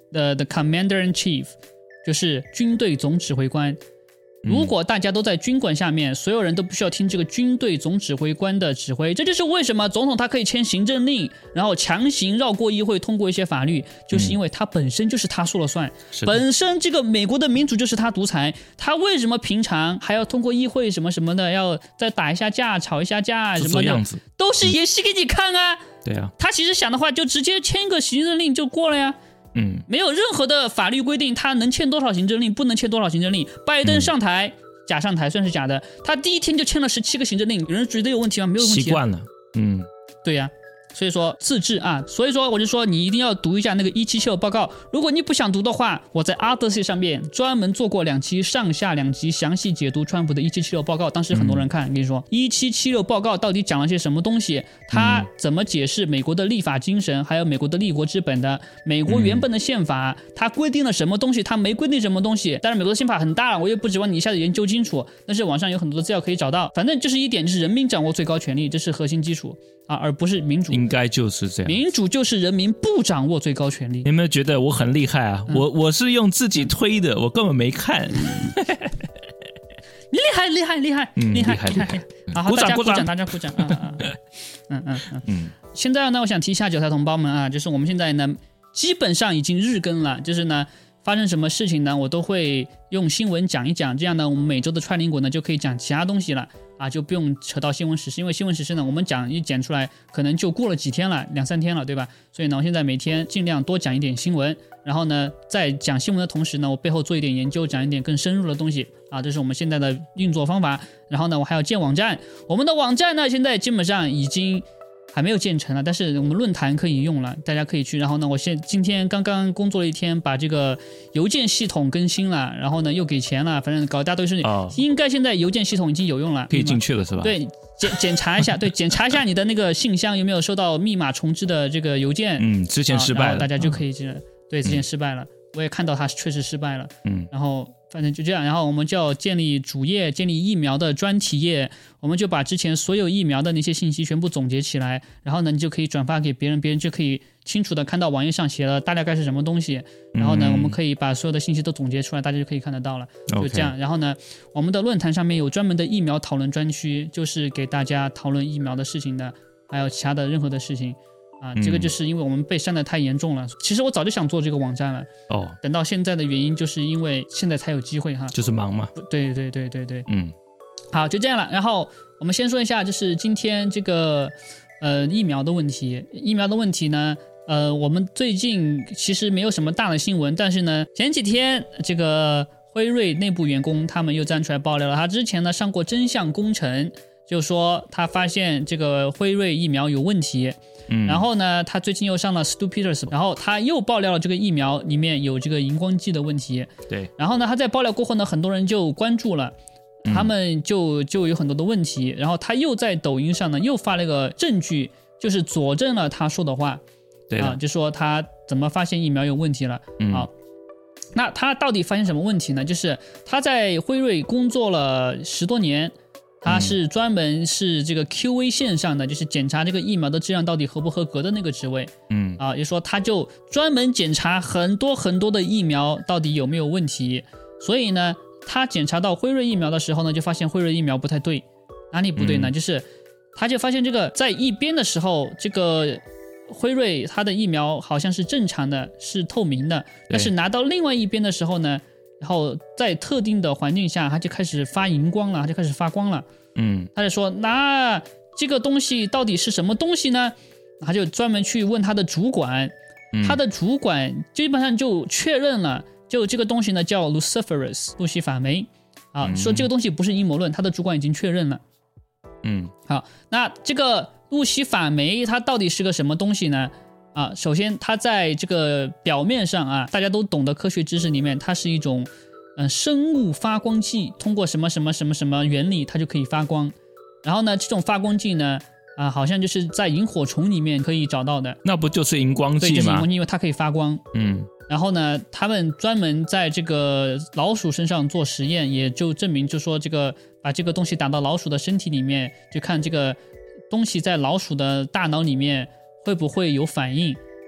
的 the commander in chief， 就是军队总指挥官。如果大家都在军管下面，所有人都不需要听这个军队总指挥官的指挥，这就是为什么总统他可以签行政令，然后强行绕过议会通过一些法律，就是因为他本身就是他说了算，本身这个美国的民主就是他独裁，他为什么平常还要通过议会什么什么的，要再打一下架吵一下架什么的，都是演戏给你看啊、嗯、 对啊， 他其实想的话就直接签个行政令就过了呀。 嗯， 没有任何的法律规定他能签多少行政令，不能签多少行政令。拜登上台、嗯、假上台算是假的，他第一天就签了十七个行政令，有人觉得有问题吗？没有问题、啊、 习惯了。嗯， 对呀、啊，所以说自治啊，所以说我就说你一定要读一下那个一七七六报告。如果你不想读的话，我在 Odyssey 上面专门做过两期上下两集详细解读川普的一七七六报告，当时很多人看、嗯、跟你说一七七六报告到底讲了些什么东西，他怎么解释美国的立法精神，还有美国的立国之本的美国原本的宪法，他规定了什么东西，他没规定什么东西。当然美国的宪法很大了，我也不指望你一下子研究清楚，但是网上有很多的资料可以找到。反正就是一点，就是人民掌握最高权力，这是核心基础啊，而不是民主。 应该就是这样， 民主就是人民不掌握最高权力。 你有没有觉得我很厉害啊、嗯、我我是用自己推的，我根本没看。 你厉害厉害厉害、 嗯、 厉害厉害厉害！ 好好，大家鼓掌，大家鼓掌啊啊！嗯嗯嗯嗯。现在呢，我想提一下韭菜同胞们啊，就是我们现在呢，基本上已经日更了，就是呢，发生什么事情呢，我都会用新闻讲一讲，这样呢，我们每周的串联果呢就可以讲其他东西了啊，就不用扯到新闻时事，因为新闻时事呢，我们讲一剪出来，可能就过了几天了，两三天了，对吧？所以呢，我现在每天尽量多讲一点新闻，然后呢，在讲新闻的同时呢，我背后做一点研究，讲一点更深入的东西啊，这是我们现在的运作方法。然后呢，我还要建网站，我们的网站呢，现在基本上已经还没有建成了，但是我们论坛可以用了，大家可以去。然后呢，我现今天刚刚工作了一天，把这个邮件系统更新了，然后呢又给钱了，反正搞一大堆事情、哦、应该现在邮件系统已经有用了， 可以进去了是吧？ 对，检检查一下，对，检查一下你的那个信箱有没有收到密码重置的这个邮件。 嗯，之前失败了， 大家就可以这、嗯、对，之前失败了、嗯，我也看到它确实失败了。 嗯， 然后反正就这样，然后我们就要建立主页，建立疫苗的专题页，我们就把之前所有疫苗的那些信息全部总结起来，然后呢，你就可以转发给别人，别人就可以清楚的看到网页上写了大概是什么东西，然后呢、嗯，我们可以把所有的信息都总结出来，大家就可以看得到了，就这样。Okay. 然后呢，我们的论坛上面有专门的疫苗讨论专区，就是给大家讨论疫苗的事情的，还有其他的任何的事情。啊，这个就是因为我们被删得太严重了、嗯、其实我早就想做这个网站了哦，等到现在的原因就是因为现在才有机会哈， 就是忙嘛， 对对对对对， 嗯， 好，就这样了。然后我们先说一下就是今天这个呃疫苗的问题，疫苗的问题呢呃我们最近其实没有什么大的新闻，但是呢前几天这个辉瑞内部员工他们又站出来爆料了，他之前呢上过真相工程，就说他发现这个辉瑞疫苗有问题，嗯，然后呢他最近又上了 Stu Peters， 然后他又爆料了这个疫苗里面有这个荧光剂的问题， 对， 然后呢他在爆料过后呢很多人就关注了，他们就就有很多的问题，然后他又在抖音上呢又发了一个证据，就是佐证了他说的话， 对啊，就说他怎么发现疫苗有问题了，嗯，啊，那他到底发现什么问题呢？就是他在辉瑞工作了十多年，他是专门是这个 Q A 线上的，就是检查这个疫苗的质量到底合不合格的那个职位， 嗯， 啊，也就是说他就专门检查很多很多的疫苗到底有没有问题，所以呢他检查到辉瑞疫苗的时候呢，就发现辉瑞疫苗不太对，哪里不对呢？嗯、就是他就发现这个在一边的时候，这个辉瑞它的疫苗好像是正常的，是透明的，但是拿到另外一边的时候呢，然后在特定的环境下，它就开始发荧光了，它就开始发光了。 嗯， 他就说，那这个东西到底是什么东西呢？他就专门去问他的主管，嗯、他的主管基本上就确认了，就这个东西呢叫 Luciferase 路西法酶啊、嗯，说这个东西不是阴谋论，他的主管已经确认了。 嗯， 好，那这个路西法酶它到底是个什么东西呢？啊，首先它在这个表面上啊，大家都懂的科学知识里面，它是一种呃生物发光剂，通过什么什么什么什么原理它就可以发光。然后呢，这种发光剂呢，啊，好像就是在萤火虫里面可以找到的。 那不就是荧光剂吗？ 对，就是荧光剂，因为它可以发光。 嗯。 然后呢，他们专门在这个老鼠身上做实验，也就证明，就说这个把这个东西打到老鼠的身体里面，就看这个东西在老鼠的大脑里面会不会有反应。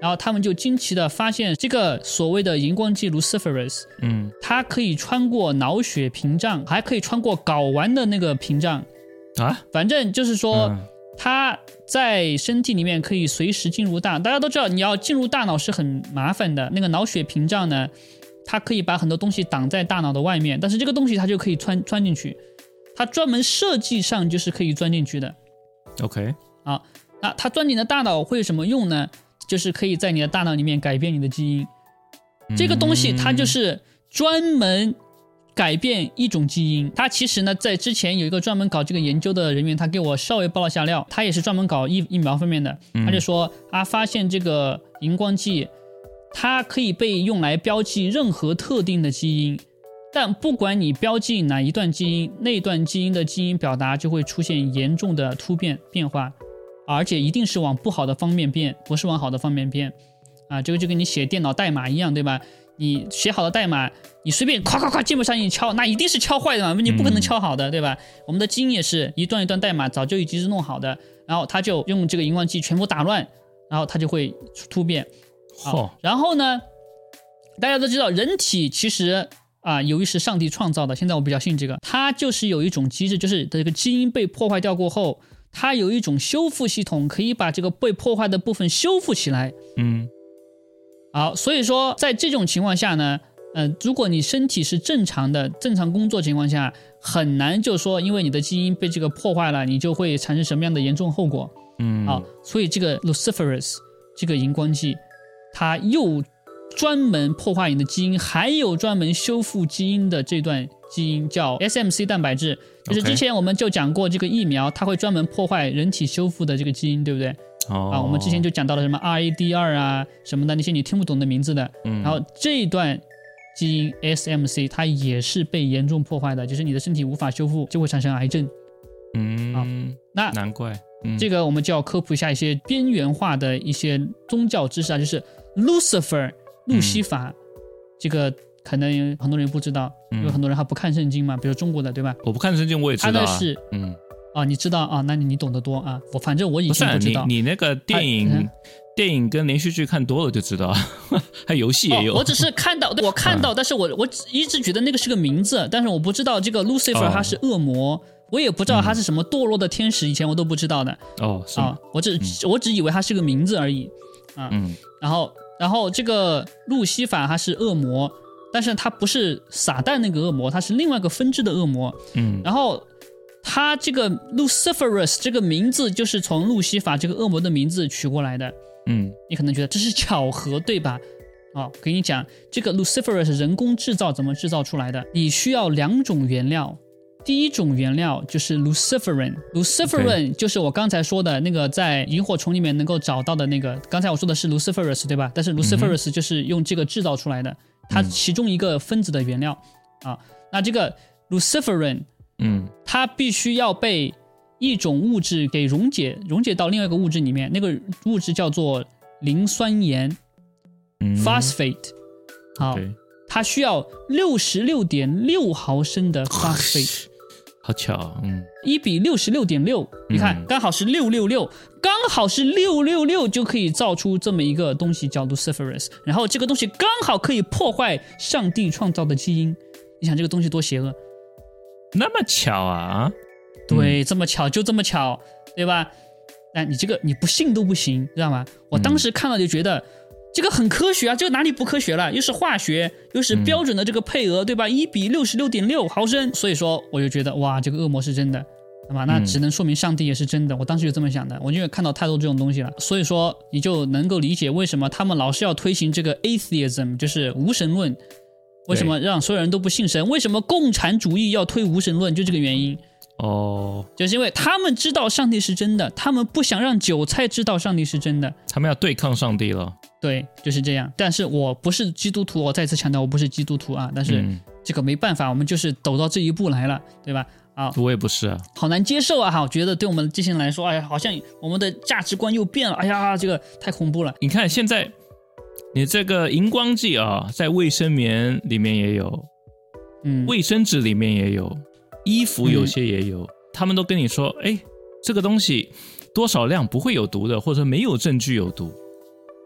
然后他们就惊奇的发现这个所谓的荧光剂 Luciferase， 嗯， 它可以穿过脑血屏障，还可以穿过睾丸的那个屏障啊， 反正就是说、 嗯、 它在身体里面可以随时进入大，大家都知道你要进入大脑是很麻烦的，那个脑血屏障呢，它可以把很多东西挡在大脑的外面，但是这个东西它就可以穿穿进去，它专门设计上就是可以钻进去的。 OK， 好，那它钻进你的大脑会有什么用呢？就是可以在你的大脑里面改变你的基因，这个东西它就是专门改变一种基因。它其实呢，在之前有一个专门搞这个研究的人员，他给我稍微爆了下料，他也是专门搞疫疫苗方面的，他就说他发现这个荧光剂，它可以被用来标记任何特定的基因，但不管你标记哪一段基因，那段基因的基因表达就会出现严重的突变变化。而且一定是往不好的方面变，不是往好的方面变啊！这个就跟你写电脑代码一样，对吧？你写好的代码，你随便夸夸夸键盘上一敲，那一定是敲坏的嘛，你不可能敲好的，对吧？我们的基因也是一段一段代码早就已经是弄好的，然后他就用这个荧光剂全部打乱，然后它就会突变。好，然后呢，大家都知道人体其实啊，由于是上帝创造的，现在我比较信这个，它就是有一种机制，就是这个基因被破坏掉过后，它有一种修复系统，可以把这个被破坏的部分修复起来。 嗯， 好，所以说在这种情况下呢，呃，如果你身体是正常的、正常工作情况下，很难就说因为你的基因被这个破坏了，你就会产生什么样的严重后果。 嗯， 好，所以这个 Luciferase 这个荧光剂，它又专门破坏你的基因，还有专门修复基因的这段基因叫 S M C 蛋白质。就是之前我们就讲过这个疫苗，它会专门破坏人体修复的这个基因，对不对？ 哦， 啊，我们之前就讲到了什么 R A D 二 啊什么的那些你听不懂的名字的， 嗯， 然后这一段基因 S M C 它也是被严重破坏的，就是你的身体无法修复，就会产生癌症。 嗯， 啊，那难怪，嗯， 这个我们就要科普一下一些边缘化的一些宗教知识啊，就是 Lucifer 路西法，嗯，这个可能很多人不知道，因为很多人还不看圣经嘛，比如中国的，对吧？ 我不看圣经我也知道，啊， 他的是， 嗯， 啊，你知道啊？那你你懂得多啊！我反正我以前不知道。 你你那个电影、啊嗯、电影跟连续剧看多了就知道，还游戏也有。 哦，我只是看到，我看到，嗯，但是我我一直觉得那个是个名字，但是我不知道这个 Lucifer 它是恶魔，哦，我也不知道它是什么堕落的天使，以前我都不知道的。 哦，是啊， 我只、嗯、我只以为它是个名字而已啊。嗯，然后然后这个路西法它是恶魔，但是它不是撒旦那个恶魔，它是另外一个分支的恶魔。嗯，然后。他这个 Luciferase 这个名字就是从路西法这个恶魔的名字取过来的。嗯，你可能觉得这是巧合，对吧？哦，跟你讲，这个 Luciferase 人工制造怎么制造出来的？你需要两种原料，第一种原料就是 Luciferin，Luciferin 就是我刚才说的那个在萤火虫里面能够找到的那个，刚才我说的是 Luciferase 对吧？但是 Luciferase 就是用这个制造出来的，它其中一个分子的原料啊。那这个 Luciferin。嗯，它必须要被一种物质给溶解，溶解到另外一个物质里面，那个物质叫做磷酸盐，嗯 ，phosphate。好， okay. 它需要六十六点六毫升的 phosphate， 好巧，嗯， 一比六十六点六，你看，刚好是六六六，刚好是六六六就可以造出这么一个东西叫 Luciferase， 然后这个东西刚好可以破坏上帝创造的基因，你想这个东西多邪恶。 那么巧啊？ 对，嗯，这么巧，就这么巧，对吧？那你这个你不信都不行，知道吗？我当时看到就觉得，嗯，这个很科学啊，这个哪里不科学了？又是化学，又是标准的这个配额，嗯，对吧？一比六十六点六毫升，所以说我就觉得哇，这个恶魔是真的，那么那只能说明上帝也是真的。我当时就这么想的，我因为看到太多这种东西了，所以说你就能够理解为什么他们老是要推行这个 atheism， 就是无神论。为什么让所有人都不信神？为什么共产主义要推无神论？就这个原因哦， 就是因为他们知道上帝是真的，他们不想让韭菜知道上帝是真的， 他们要对抗上帝了。 对，就是这样。但是我不是基督徒，我再次强调我不是基督徒啊。但是这个没办法，我们就是走到这一步来了，对吧？啊， 我也不是啊， 好难接受啊！哈，我觉得对我们这些人来说，哎呀，好像我们的价值观又变了，哎呀，这个太恐怖了。 你看现在。你这个荧光剂啊，在卫生棉里面也有，嗯，卫生纸里面也有，衣服有些也有，嗯，他们都跟你说，哎，这个东西多少量不会有毒的，或者没有证据有毒。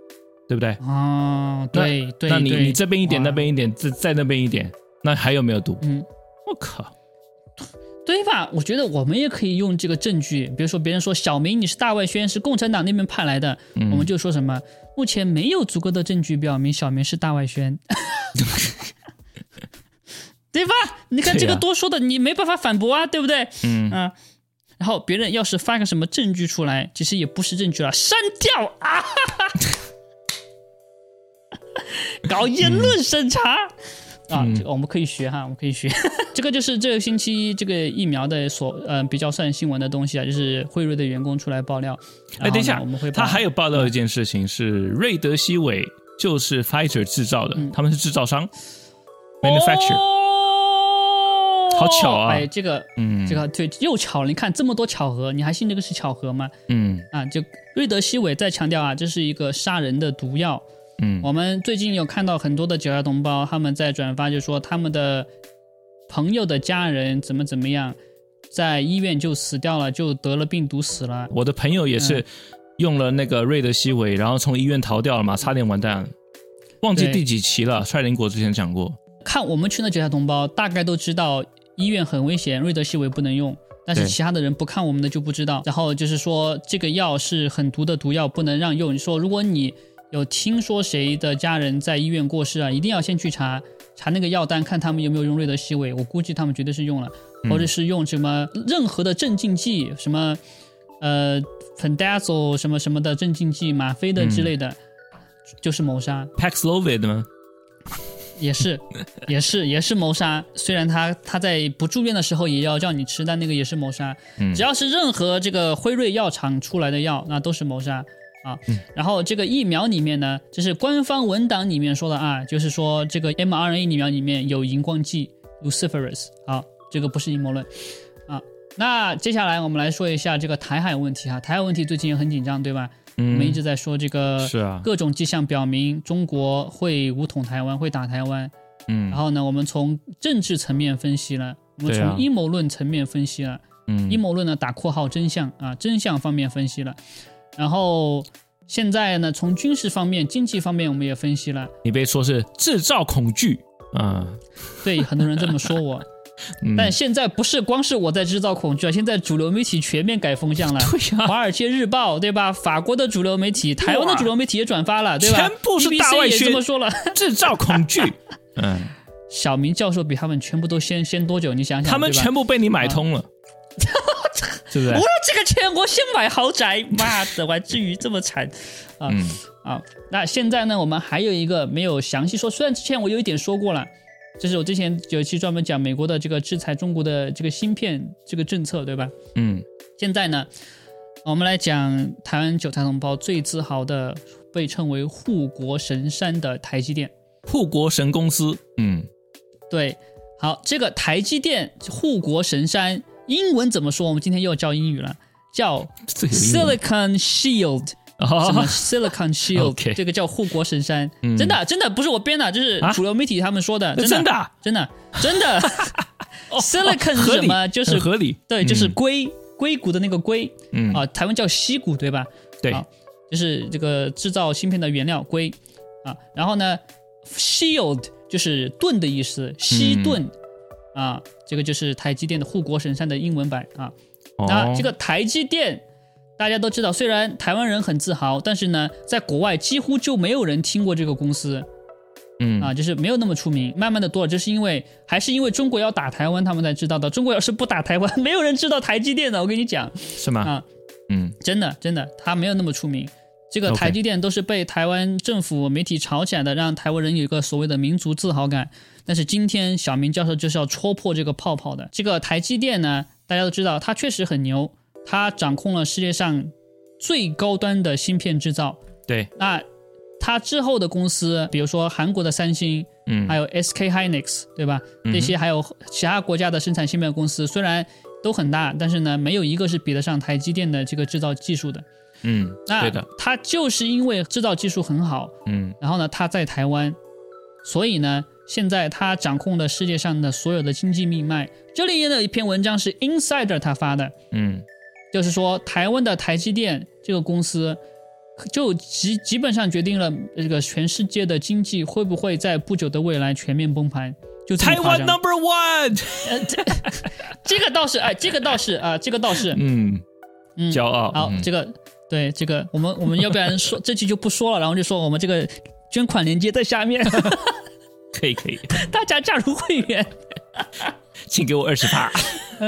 对不对？ 哦，对对， 那你对你这边一点， 哇那边一点，再再那边一点，那还有没有毒？ 嗯， 我靠！ 对吧？我觉得我们也可以用这个证据，比如说别人说小明你是大外宣，是共产党那边派来的， 嗯、 我们就说什么？目前没有足够的证据表明小明是大外宣，对吧？你看这个多说的，你没办法反驳啊，对不对？ 嗯啊。然后别人要是发个什么证据出来，其实也不是证据了，删掉啊！搞言论审查。嗯啊，这个我们可以学哈，我们可以学。这个就是这个星期这个疫苗的所呃比较算新闻的东西啊，就是辉瑞的员工出来爆料。 哎，等一下， 我们会他还有报道一件事情是瑞德西韦就是 Pfizer 制造的，嗯、他们是制造商、哦、，manufacturer。好巧啊！ 哎，这个，嗯，这个对，又巧了。你看这么多巧合，你还信这个是巧合吗？ 嗯， 啊，就瑞德西韦再强调啊，这是一个杀人的毒药。 嗯， 我们最近有看到很多的九幺同胞，他们在转发，就说他们的朋友的家人怎么怎么样，在医院就死掉了，就得了病毒死了。 我的朋友也是用了那个瑞德西韦，然后从医院逃掉了嘛，差点完蛋了。忘记第几期了，帅林国之前讲过。 看我们群的九幺同胞，大概都知道医院很危险，瑞德西韦不能用。但是其他的人不看我们的就不知道。然后就是说这个药是很毒的毒药，不能让用。你说如果你有听说谁的家人在医院过世啊，一定要先去查查那个药单，看他们有没有用瑞德西韦。我估计他们绝对是用了， 嗯、 或者是用什么任何的镇静剂，什么呃 Pendazole 什么什么的镇静剂，吗啡的之类的，嗯、就是谋杀。 Paxlovid 吗？ 也是，也是，也是谋杀。虽然他他在不住院的时候也要叫你吃，但那个也是谋杀。 嗯、 只要是任何这个辉瑞药厂出来的药，那都是谋杀。啊，然后这个疫苗里面呢，这是官方文档里面说的啊，就是说这个 mRNA 疫苗里面有荧光剂 luciferase， 啊，这个不是阴谋论啊。那接下来我们来说一下这个台海问题哈，台海问题最近也很紧张，对吧？ 嗯、 我们一直在说这个， 是啊， 各种迹象表明中国会武统台湾，会打台湾。 嗯， 然后呢，我们从政治层面分析了，我们从阴谋论层面分析了， 嗯， 阴谋论呢打括号真相啊，真相方面分析了。然后现在呢，从军事方面、经济方面，我们也分析了。 你被说是制造恐惧啊？ 对，很多人这么说我。嗯、但现在不是光是我在制造恐惧啊，现在主流媒体全面改风向了。 对呀、啊， 华尔街日报对吧？法国的主流媒体、台湾的主流媒体也转发了，对吧？ 全部是大外宣， B B C 也这么说了， 制造恐惧。嗯， 小明教授比他们全部都先先多久？你想想， 他们全部被你买通了。啊对不对？ 我有这个钱，我先买豪宅，妈的，我还至于这么惨啊、 嗯、 啊！那现在呢，我们还有一个没有详细说，虽然之前我有一点说过了，就是我之前有一期专门讲美国的这个制裁中国的这个芯片这个政策，对吧？ 嗯， 现在呢，我们来讲台湾韭菜同胞最自豪的，被称为护国神山的台积电， 护国神公司。嗯， 对，好，这个台积电护国神山。英文怎么说？我们今天又教英语了，叫 Silicon Shield，、哦、什么 Silicon Shield，、okay. 这个叫护国神山、嗯，真的真的不是我编的，这是主流媒体他们说的，啊、真的真的真的。Silicon 是什么？就是合理， 对，就是硅硅谷的那个硅， 嗯啊，台湾叫硒谷，对吧？ 对， 啊，就是这个制造芯片的原料硅啊。然后呢 ，Shield 就是盾的意思，硒盾。嗯啊，这个就是台积电的护国神山的英文版啊。 哦、 那这个台积电，大家都知道，虽然台湾人很自豪，但是呢，在国外几乎就没有人听过这个公司。 嗯啊，就是没有那么出名，慢慢的多了，就是因为还是因为中国要打台湾，他们才知道的。中国要是不打台湾，没有人知道台积电的，我跟你讲。 是吗？ 啊， 嗯， 真的真的，他没有那么出名。这个台积电都是被台湾政府媒体炒起来的，让台湾人有一个所谓的民族自豪感。但是今天小明教授就是要戳破这个泡泡的。这个台积电呢，大家都知道，它确实很牛，它掌控了世界上最高端的芯片制造。 对， 那它之后的公司，比如说韩国的三星， 嗯， 还有 S K Hynix， 对吧？ 嗯、 这些还有其他国家的生产芯片公司，虽然都很大，但是呢，没有一个是比得上台积电的这个制造技术的。 嗯，对的。 它就是因为制造技术很好， 嗯， 然后呢，它在台湾，所以呢，现在它掌控了世界上的所有的经济命脉。这里也有一篇文章是 Insider 他发的， 嗯， 就是说台湾的台积电这个公司， 就基基本上决定了这个全世界的经济会不会在不久的未来全面崩盘。就台湾 number one， 呃，这, 这个倒是，哎，这个倒是啊、呃，这个倒是， 嗯嗯， 骄傲。 好， 嗯、 这个对这个，我们我们要不然说这期就不说了，然后就说我们这个捐款链接在下面， 可以可以， 大家加入会员， 请给我二十趴。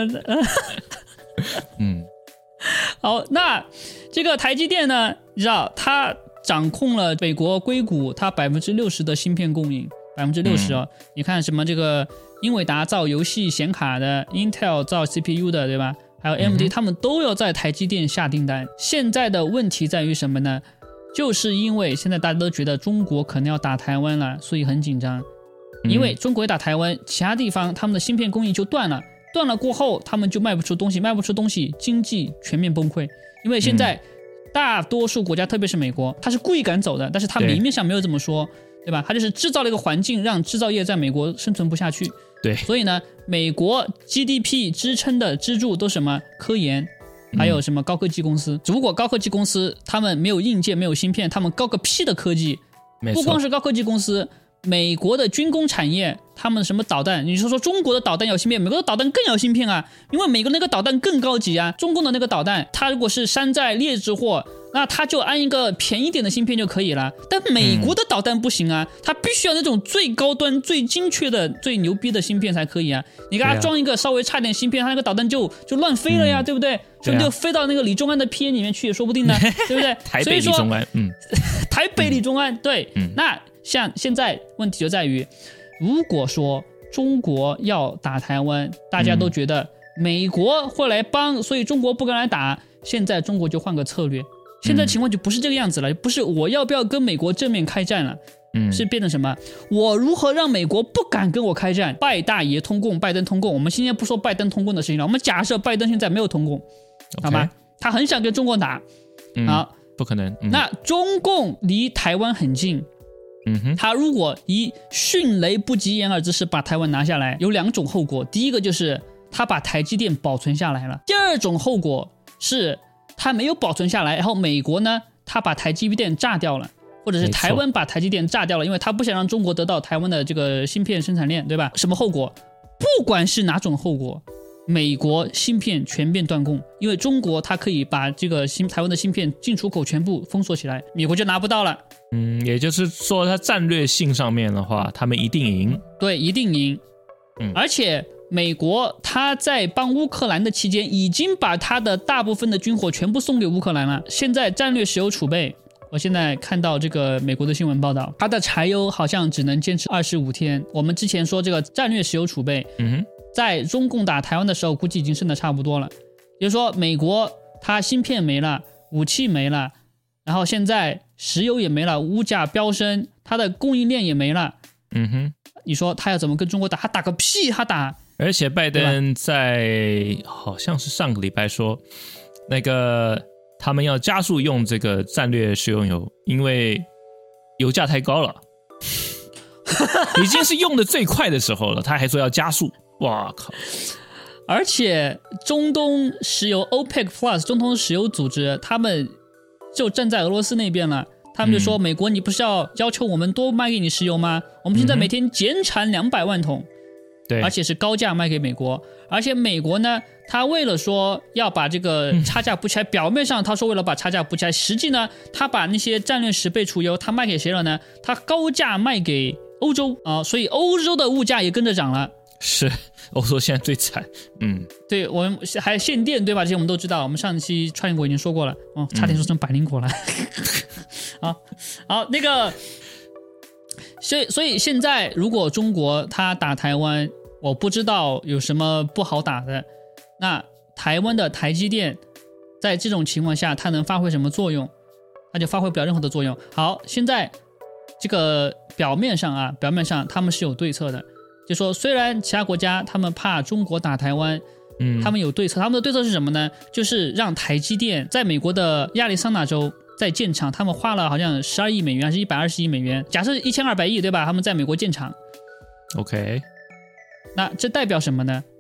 嗯， 好，那这个台积电呢，你知道它掌控了美国硅谷它百分之六十的芯片供应。百分之六十哦，你看什么这个英伟达造游戏显卡的 ，Intel 造 C P U 的，对吧？还有 A M D，、嗯、他们都要在台积电下订单。现在的问题在于什么呢？就是因为现在大家都觉得中国可能要打台湾了，所以很紧张。因为中国一打台湾，其他地方他们的芯片供应就断了，断了过后他们就卖不出东西，卖不出东西，经济全面崩溃。因为现在大多数国家，特别是美国，他是故意赶走的，但是他明面上没有这么说。对吧？它就是制造了一个环境，让制造业在美国生存不下去。 对， 所以呢，美国 G D P 支撑的支柱都是什么？科研，还有什么高科技公司。嗯、如果高科技公司他们没有硬件、没有芯片，他们高个屁的科技。不光是高科技公司，美国的军工产业，他们什么导弹？你说说中国的导弹要芯片，美国的导弹更要芯片啊，因为美国那个导弹更高级啊。中共的那个导弹，它如果是山寨劣质货，那它就安一个便宜点的芯片就可以了。但美国的导弹不行啊，嗯、它必须要那种最高端、最精确的、最牛逼的芯片才可以啊。你给它装一个稍微差点芯片，它那个导弹就就乱飞了呀，嗯、对不对？所以就飞到那个李宗安的 P N 里面去也说不定呢，对不对？ 台北李宗安，嗯， 台北李宗安，对，嗯、那像现在问题就在于，如果说中国要打台湾，大家都觉得美国会来帮，所以中国不敢来打。现在中国就换个策略。现在情况就不是这个样子了，不是我要不要跟美国正面开战了，嗯，是变成什么？我如何让美国不敢跟我开战？拜大爷通共，拜登通共。我们今天不说拜登通共的事情了，我们假设拜登现在没有通共， okay. 好吧？他很想跟中国打， 嗯、好，不可能。嗯、 那中共离台湾很近， 嗯哼， 他如果以迅雷不及掩耳之势把台湾拿下来，有两种后果。第一个就是他把台积电保存下来了，第二种后果是他没有保存下来，然后美国呢，他把台积电炸掉了，或者是台湾把台积电炸掉了，因为他不想让中国得到台湾的这个芯片生产链，对吧？什么后果？不管是哪种后果，美国芯片全面断供，因为中国它可以把这个新台湾的芯片进出口全部封锁起来，美国就拿不到了。 嗯，也就是说，它战略性上面的话，他们一定赢。 对，一定赢。嗯，而且美国他在帮乌克兰的期间，已经把他的大部分的军火全部送给乌克兰了。现在战略石油储备，我现在看到这个美国的新闻报道，它的柴油好像只能坚持二十五天。我们之前说这个战略石油储备， 嗯哼， 在中共打台湾的时候，估计已经剩的差不多了。也就是说，美国它芯片没了，武器没了，然后现在石油也没了，物价飙升，它的供应链也没了。 嗯哼， 你说他要怎么跟中国打？他打个屁，他打！ 而且拜登在好像是上个礼拜说，那个他们要加速用这个战略石油油，因为油价太高了，已经是用的最快的时候了，他还说要加速，哇靠！ 而且中东石油 OPEC Plus 中东石油组织，他们就站在俄罗斯那边了。他们就说，美国你不是要要求我们多卖给你石油吗？我们现在每天减产两百万桶， 对， 而且是高价卖给美国。而且美国呢，他为了说要把这个差价补起来，表面上他说为了把差价补起来，实际呢，他把那些战略十倍储油，他卖给谁了呢？他高价卖给欧洲啊、呃，所以欧洲的物价也跟着涨了。 是，欧洲现在最惨。嗯， 对，我们还限电，对吧？这些我们都知道，我们上期创业国已经说过了。哦，差点说成百灵果了。好，好，那个，所以，所以现在如果中国他打台湾，我不知道有什么不好打的。那台湾的台积电，在这种情况下，它能发挥什么作用？它就发挥不了任何的作用。好，现在这个表面上啊，表面上他们是有对策的。就说虽然其他国家他们怕中国打台湾，嗯，他们有对策，他们的对策是什么呢？就是让台积电在美国的亚利桑那州在建厂，他们花了好像十二亿美元还是一百二十亿美元，假设一千二百亿对吧？他们在美国建厂 ，OK， 那这代表什么呢？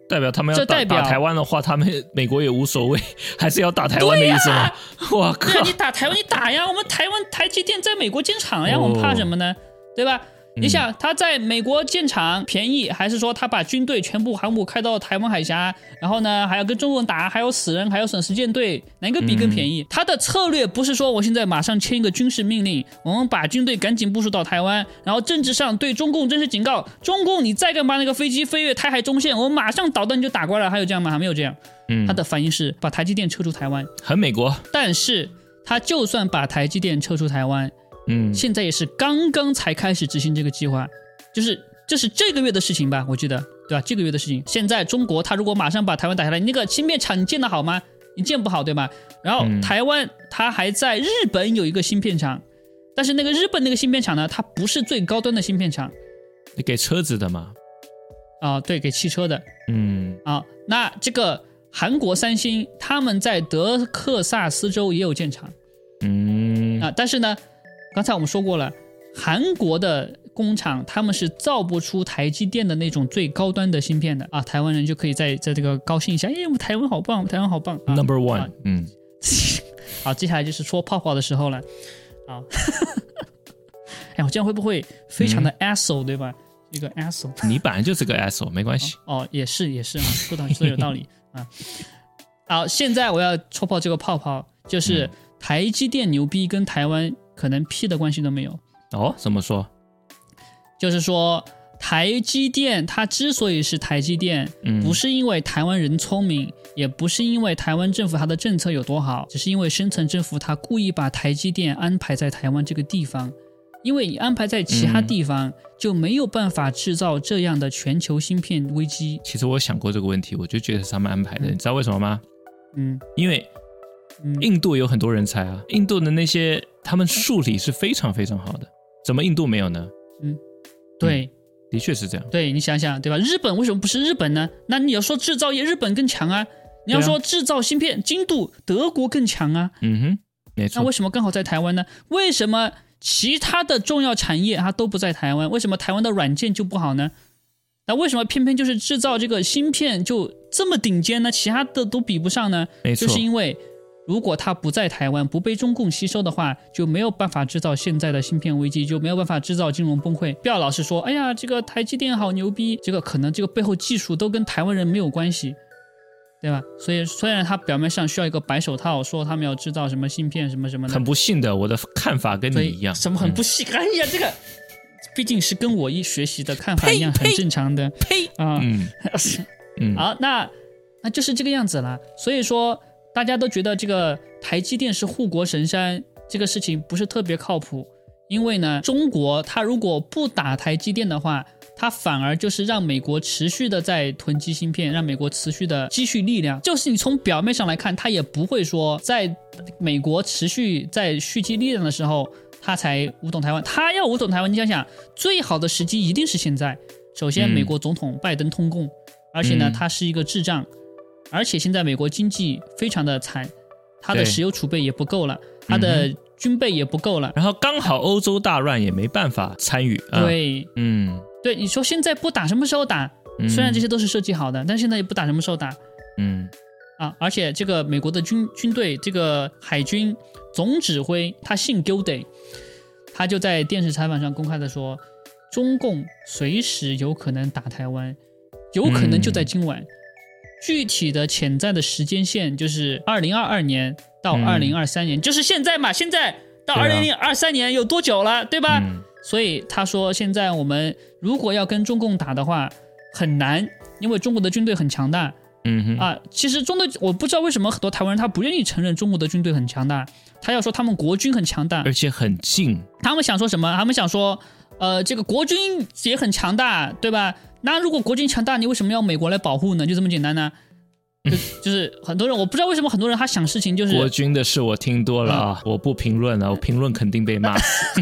代表他们要打这代表打台湾的话，他们美国也无所谓，还是要打台湾的意思吗？我靠！ 对啊，你打台湾你打呀，我们台湾台积电在美国建厂呀， 哦我们怕什么呢？对吧？你想他在美国建厂便宜，还是说他把军队全部航母开到台湾海峡，然后呢还要跟中国人打，还有死人，还有损失舰队，哪个比更便宜？嗯、他的策略不是说我现在马上签一个军事命令，我们把军队赶紧部署到台湾，然后政治上对中共正式警告，中共你再敢把那个飞机飞越台海中线，我们马上导弹就打过来，还有这样吗？还没有这样。嗯，他的反应是把台积电撤出台湾， 很美国。但是他就算把台积电撤出台湾，嗯，现在也是刚刚才开始执行这个计划。就是这是这个月的事情吧，我记得对吧？这个月的事情。现在中国他如果马上把台湾打下来，那个芯片厂你建得好吗？你建不好对吧？然后台湾它还在日本有一个芯片厂，但是那个日本那个芯片厂呢，它不是最高端的芯片厂， 你给车子的嘛？ 啊、呃，对，给汽车的。 嗯啊，那这个韩国三星他们在德克萨斯州也有建厂。 嗯啊，但是呢，刚才我们说过了，韩国的工厂他们是造不出台积电的那种最高端的芯片的啊，台湾人就可以在在这个高兴一下，哎，我们台湾好棒，我们台湾好棒、啊、 ，Number One，、啊、 嗯，好，接下来就是说泡泡的时候了，啊，哎，我这样会不会非常的 asshole、嗯、对吧？一个 asshole， 你本来就是个 asshole， 没关系。 哦，哦也是也是啊，说的说的有道理啊。好，现在我要戳破这个泡泡，就是台积电牛逼跟台湾可能屁的关系都没有。 哦，怎么说？ 就是说台积电它之所以是台积电、嗯、不是因为台湾人聪明，也不是因为台湾政府它的政策有多好，只是因为深层政府它故意把台积电安排在台湾这个地方，因为你安排在其他地方、嗯、就没有办法制造这样的全球芯片危机。 其实我想过这个问题，我就觉得是他们安排的、嗯、你知道为什么吗？ 嗯， 因为印度有很多人才啊，印度的那些他们数理是非常非常好的，怎么印度没有呢？ 嗯，对、嗯、 的确是这样。 对，你想想对吧，日本为什么不是日本呢？那你要说制造业日本更强啊，你要说制造芯片精度德国更强啊。 嗯哼，没错。 那为什么刚好在台湾呢？为什么其他的重要产业它都不在台湾？为什么台湾的软件就不好呢？那为什么偏偏就是制造这个芯片就这么顶尖呢？其他的都比不上呢？ 没错， 就是因为如果它不在台湾，不被中共吸收的话，就没有办法制造现在的芯片危机，就没有办法制造金融崩溃。不要老是说哎呀这个台积电好牛逼，这个可能这个背后技术都跟台湾人没有关系，对吧？所以虽然他表面上需要一个白手套，说他们要制造什么芯片什么什么的， 很不幸的，我的看法跟你一样。 什么很不幸、嗯、哎呀这个毕竟是跟我一学习的看法一样，很正常的。 呸啊， 嗯嗯，好，那那就是这个样子了。所以说大家都觉得这个台积电是护国神山，这个事情不是特别靠谱。因为呢，中国它如果不打台积电的话，它反而就是让美国持续的在囤积芯片，让美国持续的积蓄力量。就是你从表面上来看，它也不会说在美国持续在蓄积力量的时候他才武统台湾。他要武统台湾，你想想最好的时机一定是现在。首先美国总统拜登通共、嗯、而且呢他是一个智障、嗯、而且现在美国经济非常的惨，他的石油储备也不够了，他的军备也不够了、嗯、 然后刚好欧洲大乱也没办法参与、啊、 对， 嗯， 对，你说现在不打什么时候打、嗯、虽然这些都是设计好的，但现在也不打什么时候打。 嗯啊，而且这个美国的军军队这个海军总指挥他姓 Gilday， 他就在电视采访上公开的说，中共随时有可能打台湾，有可能就在今晚、嗯、具体的潜在的时间线就是二零二二年到二零二三年、嗯、就是现在嘛，现在到二零二三年有多久了 对, 对吧、嗯、所以他说现在我们如果要跟中共打的话很难，因为中国的军队很强大。 嗯哼啊，其实中国我不知道为什么很多台湾人他不愿意承认中国的军队很强大，他要说他们国军很强大， 而且很近。 他们想说什么？他们想说，呃，这个国军也很强大，对吧？那如果国军强大，你为什么要美国来保护呢？就这么简单呢？就就是很多人，我不知道为什么很多人他想事情就是国军的事我听多了啊，嗯、我不评论了，我评论肯定被骂死。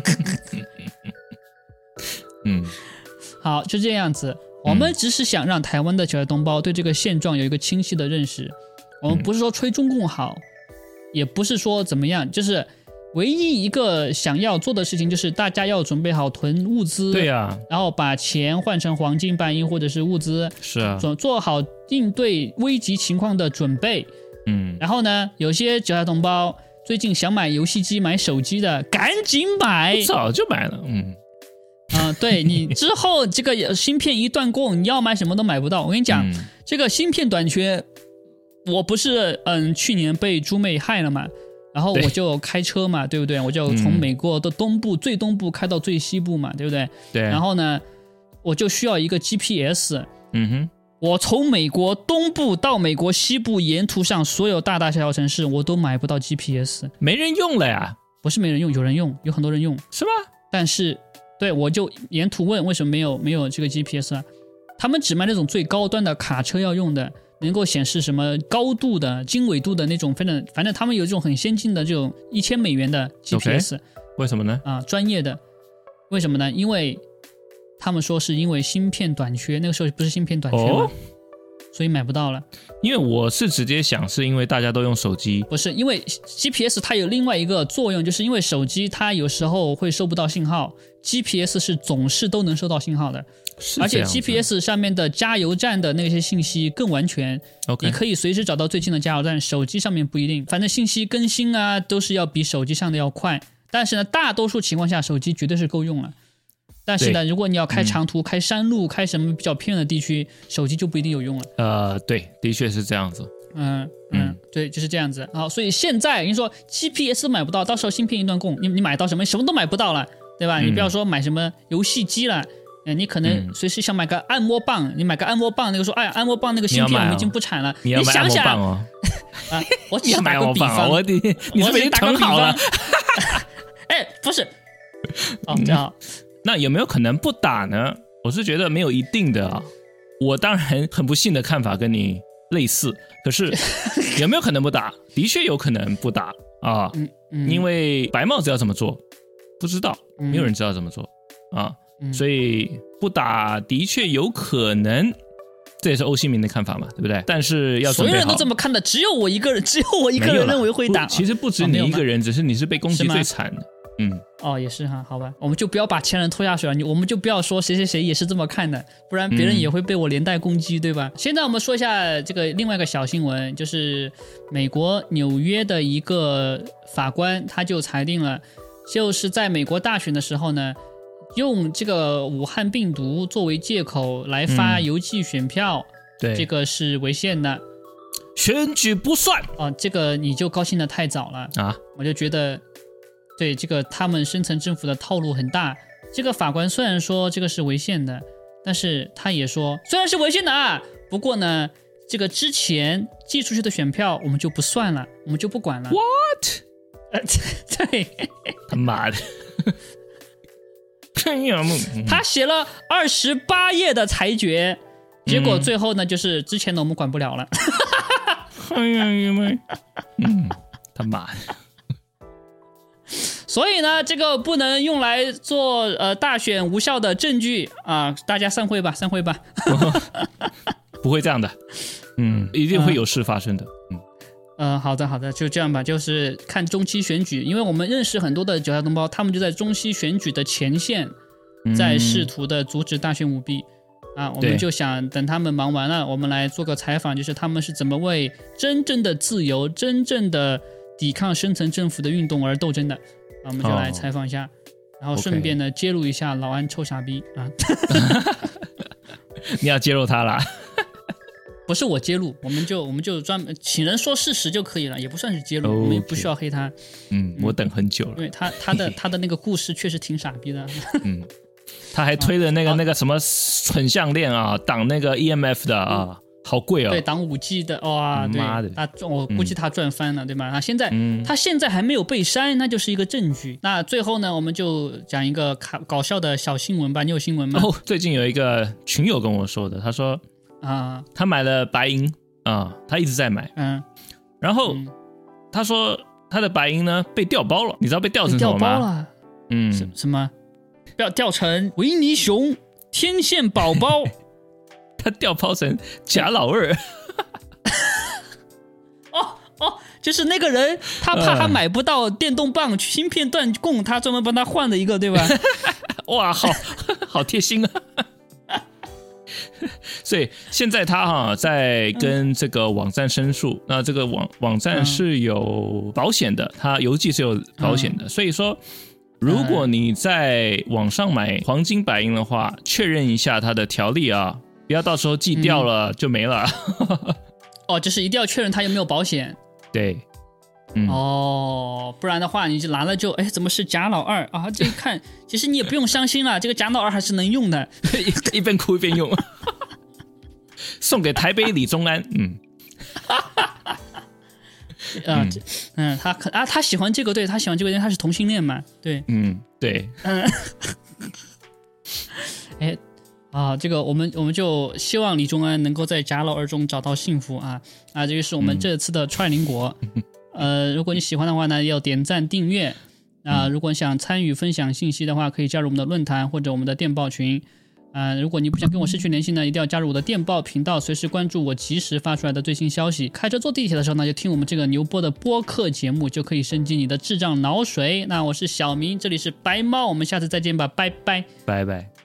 嗯， 好，就这样子。我们只是想让台湾的九代同胞对这个现状有一个清晰的认识。我们不是说吹中共好，也不是说怎么样，就是唯一一个想要做的事情就是大家要准备好囤物资， 对啊， 然后把钱换成黄金、白银或者是物资， 是啊， 做做好应对危急情况的准备。 嗯， 然后呢，有些韭菜同胞最近想买游戏机、买手机的，赶紧买， 早就买了，嗯。 啊、呃，对你之后这个芯片一断供，你要买什么都买不到。我跟你讲，嗯、这个芯片短缺，我不是嗯去年被猪妹害了嘛，然后我就开车嘛， 对, 对不对？我就从美国的东部、嗯、最东部开到最西部嘛，对不对？ 对。 然后呢，我就需要一个 G P S。 嗯哼。 我从美国东部到美国西部沿途上所有大大小小城市，我都买不到 G P S， 没人用了呀？ 不是没人用，有人用，有很多人用， 是吧？ 但是。对，我就沿途问为什么没有没有这个 G P S 啊？他们只卖那种最高端的卡车要用的，能够显示什么高度的、经纬度的那种，反正反正他们有这种很先进的这种一千美元的 G P S。 Okay, 为什么呢？ 啊，专业的，为什么呢？因为他们说是因为芯片短缺，那个时候不是芯片短缺吗？哦，所以买不到了。 因为我是直接想是因为大家都用手机， 不是因为 G P S 它有另外一个作用，就是因为手机它有时候会收不到信号。G P S 是总是都能收到信号的，而且 G P S 上面的加油站的那些信息更完全， okay. 你可以随时找到最近的加油站，手机上面不一定，反正信息更新啊都是要比手机上的要快，但是呢大多数情况下手机绝对是够用了，但是呢如果你要开长途、嗯、开山路，开什么比较偏远的地区，手机就不一定有用了。 呃，对，的确是这样子。 嗯嗯，对，就是这样子。好，所以现在你说 G P S 买不到，到时候芯片一断供，你你买到什么什么都买不到了，对吧？嗯、你不要说买什么游戏机了，你可能随时想买个按摩棒，你买个按摩棒，那个说哎呀按摩棒那个芯片我们已经不产了， 你要买按摩棒哦。 啊，我只是打个比方， 我你你是不是疼好了？ 哎，不是，哦，这样、嗯， 那有没有可能不打呢？我是觉得没有一定的啊。我当然很不幸的看法跟你类似，可是有没有可能不打？的确有可能不打啊，嗯嗯、因为白帽子要怎么做不知道，没有人知道怎么做、嗯、啊、嗯，所以不打的确有可能。这也是欧新明的看法嘛，对不对？但是要准备好， 所有人都这么看的，只有我一个人，只有我一个人认为会打。 其实不止你一个人，只是你是被攻击最惨的。嗯， 哦，也是哈，好吧，我们就不要把前人拖下水了，我们就不要说谁谁谁也是这么看的，不然别人也会被我连带攻击，嗯、对吧？现在我们说一下这个另外一个小新闻，就是美国纽约的一个法官，他就裁定了，就是在美国大选的时候呢。用这个武汉病毒作为借口来发邮寄选票、嗯、对，这个是违宪的， 选举不算哦。这个你就高兴得太早了啊！我就觉得，对这个他们深层政府的套路很大。这个法官虽然说这个是违宪的，但是他也说虽然是违宪的啊，不过呢，这个之前寄出去的选票我们就不算了，我们就不管了。 What？ 呃，对， 他妈的！ 他写了二十八页的裁决，结果最后呢，就是之前的我们管不了了。 哎呀，嗯，他妈的！ 所以呢，这个不能用来做呃大选无效的证据啊！大家散会吧，散会吧。 不会这样的，嗯，一定会有事发生的，嗯。 呃，好的好的，就这样吧。就是看中期选举，因为我们认识很多的韭菜同胞，他们就在中期选举的前线，在试图的阻止大选舞弊、嗯、啊。我们就想等他们忙完了，我们来做个采访，就是他们是怎么为真正的自由、真正的抵抗深层政府的运动而斗争的啊。我们就来采访一下，哦、然后顺便呢、okay. 揭露一下老安臭傻逼啊。 你要揭露他了？ 不是我揭露，我们就我们就专门请人说事实就可以了，也不算是揭露， okay. 我们也不需要黑他。 嗯，我等很久了， 因为他他的他的那个故事确实挺傻逼的。 嗯，他还推了那个、啊、那个什么蠢项链啊，挡那个 E M F 的啊，嗯、好贵哦。 对，挡五 G 的，哇，对，妈的，他我估计他赚翻了，嗯、对吧？他现在、嗯、他现在还没有被删，那就是一个证据。那最后呢，我们就讲一个搞笑的小新闻吧。你有新闻吗？ 哦，最近有一个群友跟我说的，他说。 啊， 他买了白银啊，他一直在买， 嗯， 然后、嗯、他说他的白银呢被调包了，你知道被调成什么吗？ 调包了， 嗯， 什什么？调调成维尼熊天线宝宝， 他调包成贾老二。 哦哦， 就是那个人他怕他买不到电动棒，芯片断供，他专门帮他换的一个，对吧？ 哇，好好贴心啊！所以现在他哈在跟这个网站申诉，嗯、那这个网网站是有保险的，它邮寄是有保险的，嗯、所以说如果你在网上买黄金白银的话，确认一下它的条例啊，不要到时候寄掉了就没了。 嗯、哦，就是一定要确认它有没有保险。 对。嗯、 哦，不然的话你就拿了就哎，怎么是贾老二啊？这一看，其实你也不用伤心了，这个贾老二还是能用的， 一边哭一边用，送给台北李宗安。嗯， 啊，嗯, 嗯，他可啊，他喜欢这个，对他喜欢这个，因为他是同性恋嘛，对， 嗯，对， 嗯，哎。啊，这个我们我们就希望李宗安能够在贾老二中找到幸福啊啊！这个是我们这次的踹邻国。嗯呃，如果你喜欢的话呢，要点赞订阅啊、呃！如果你想参与分享信息的话，可以加入我们的论坛或者我们的电报群啊、呃。如果你不想跟我失去联系呢，一定要加入我的电报频道，随时关注我及时发出来的最新消息。开车坐地铁的时候呢，就听我们这个牛播的播客节目，就可以升级你的智障脑水。那我是小明，这里是白猫，我们下次再见吧，拜拜， 拜拜。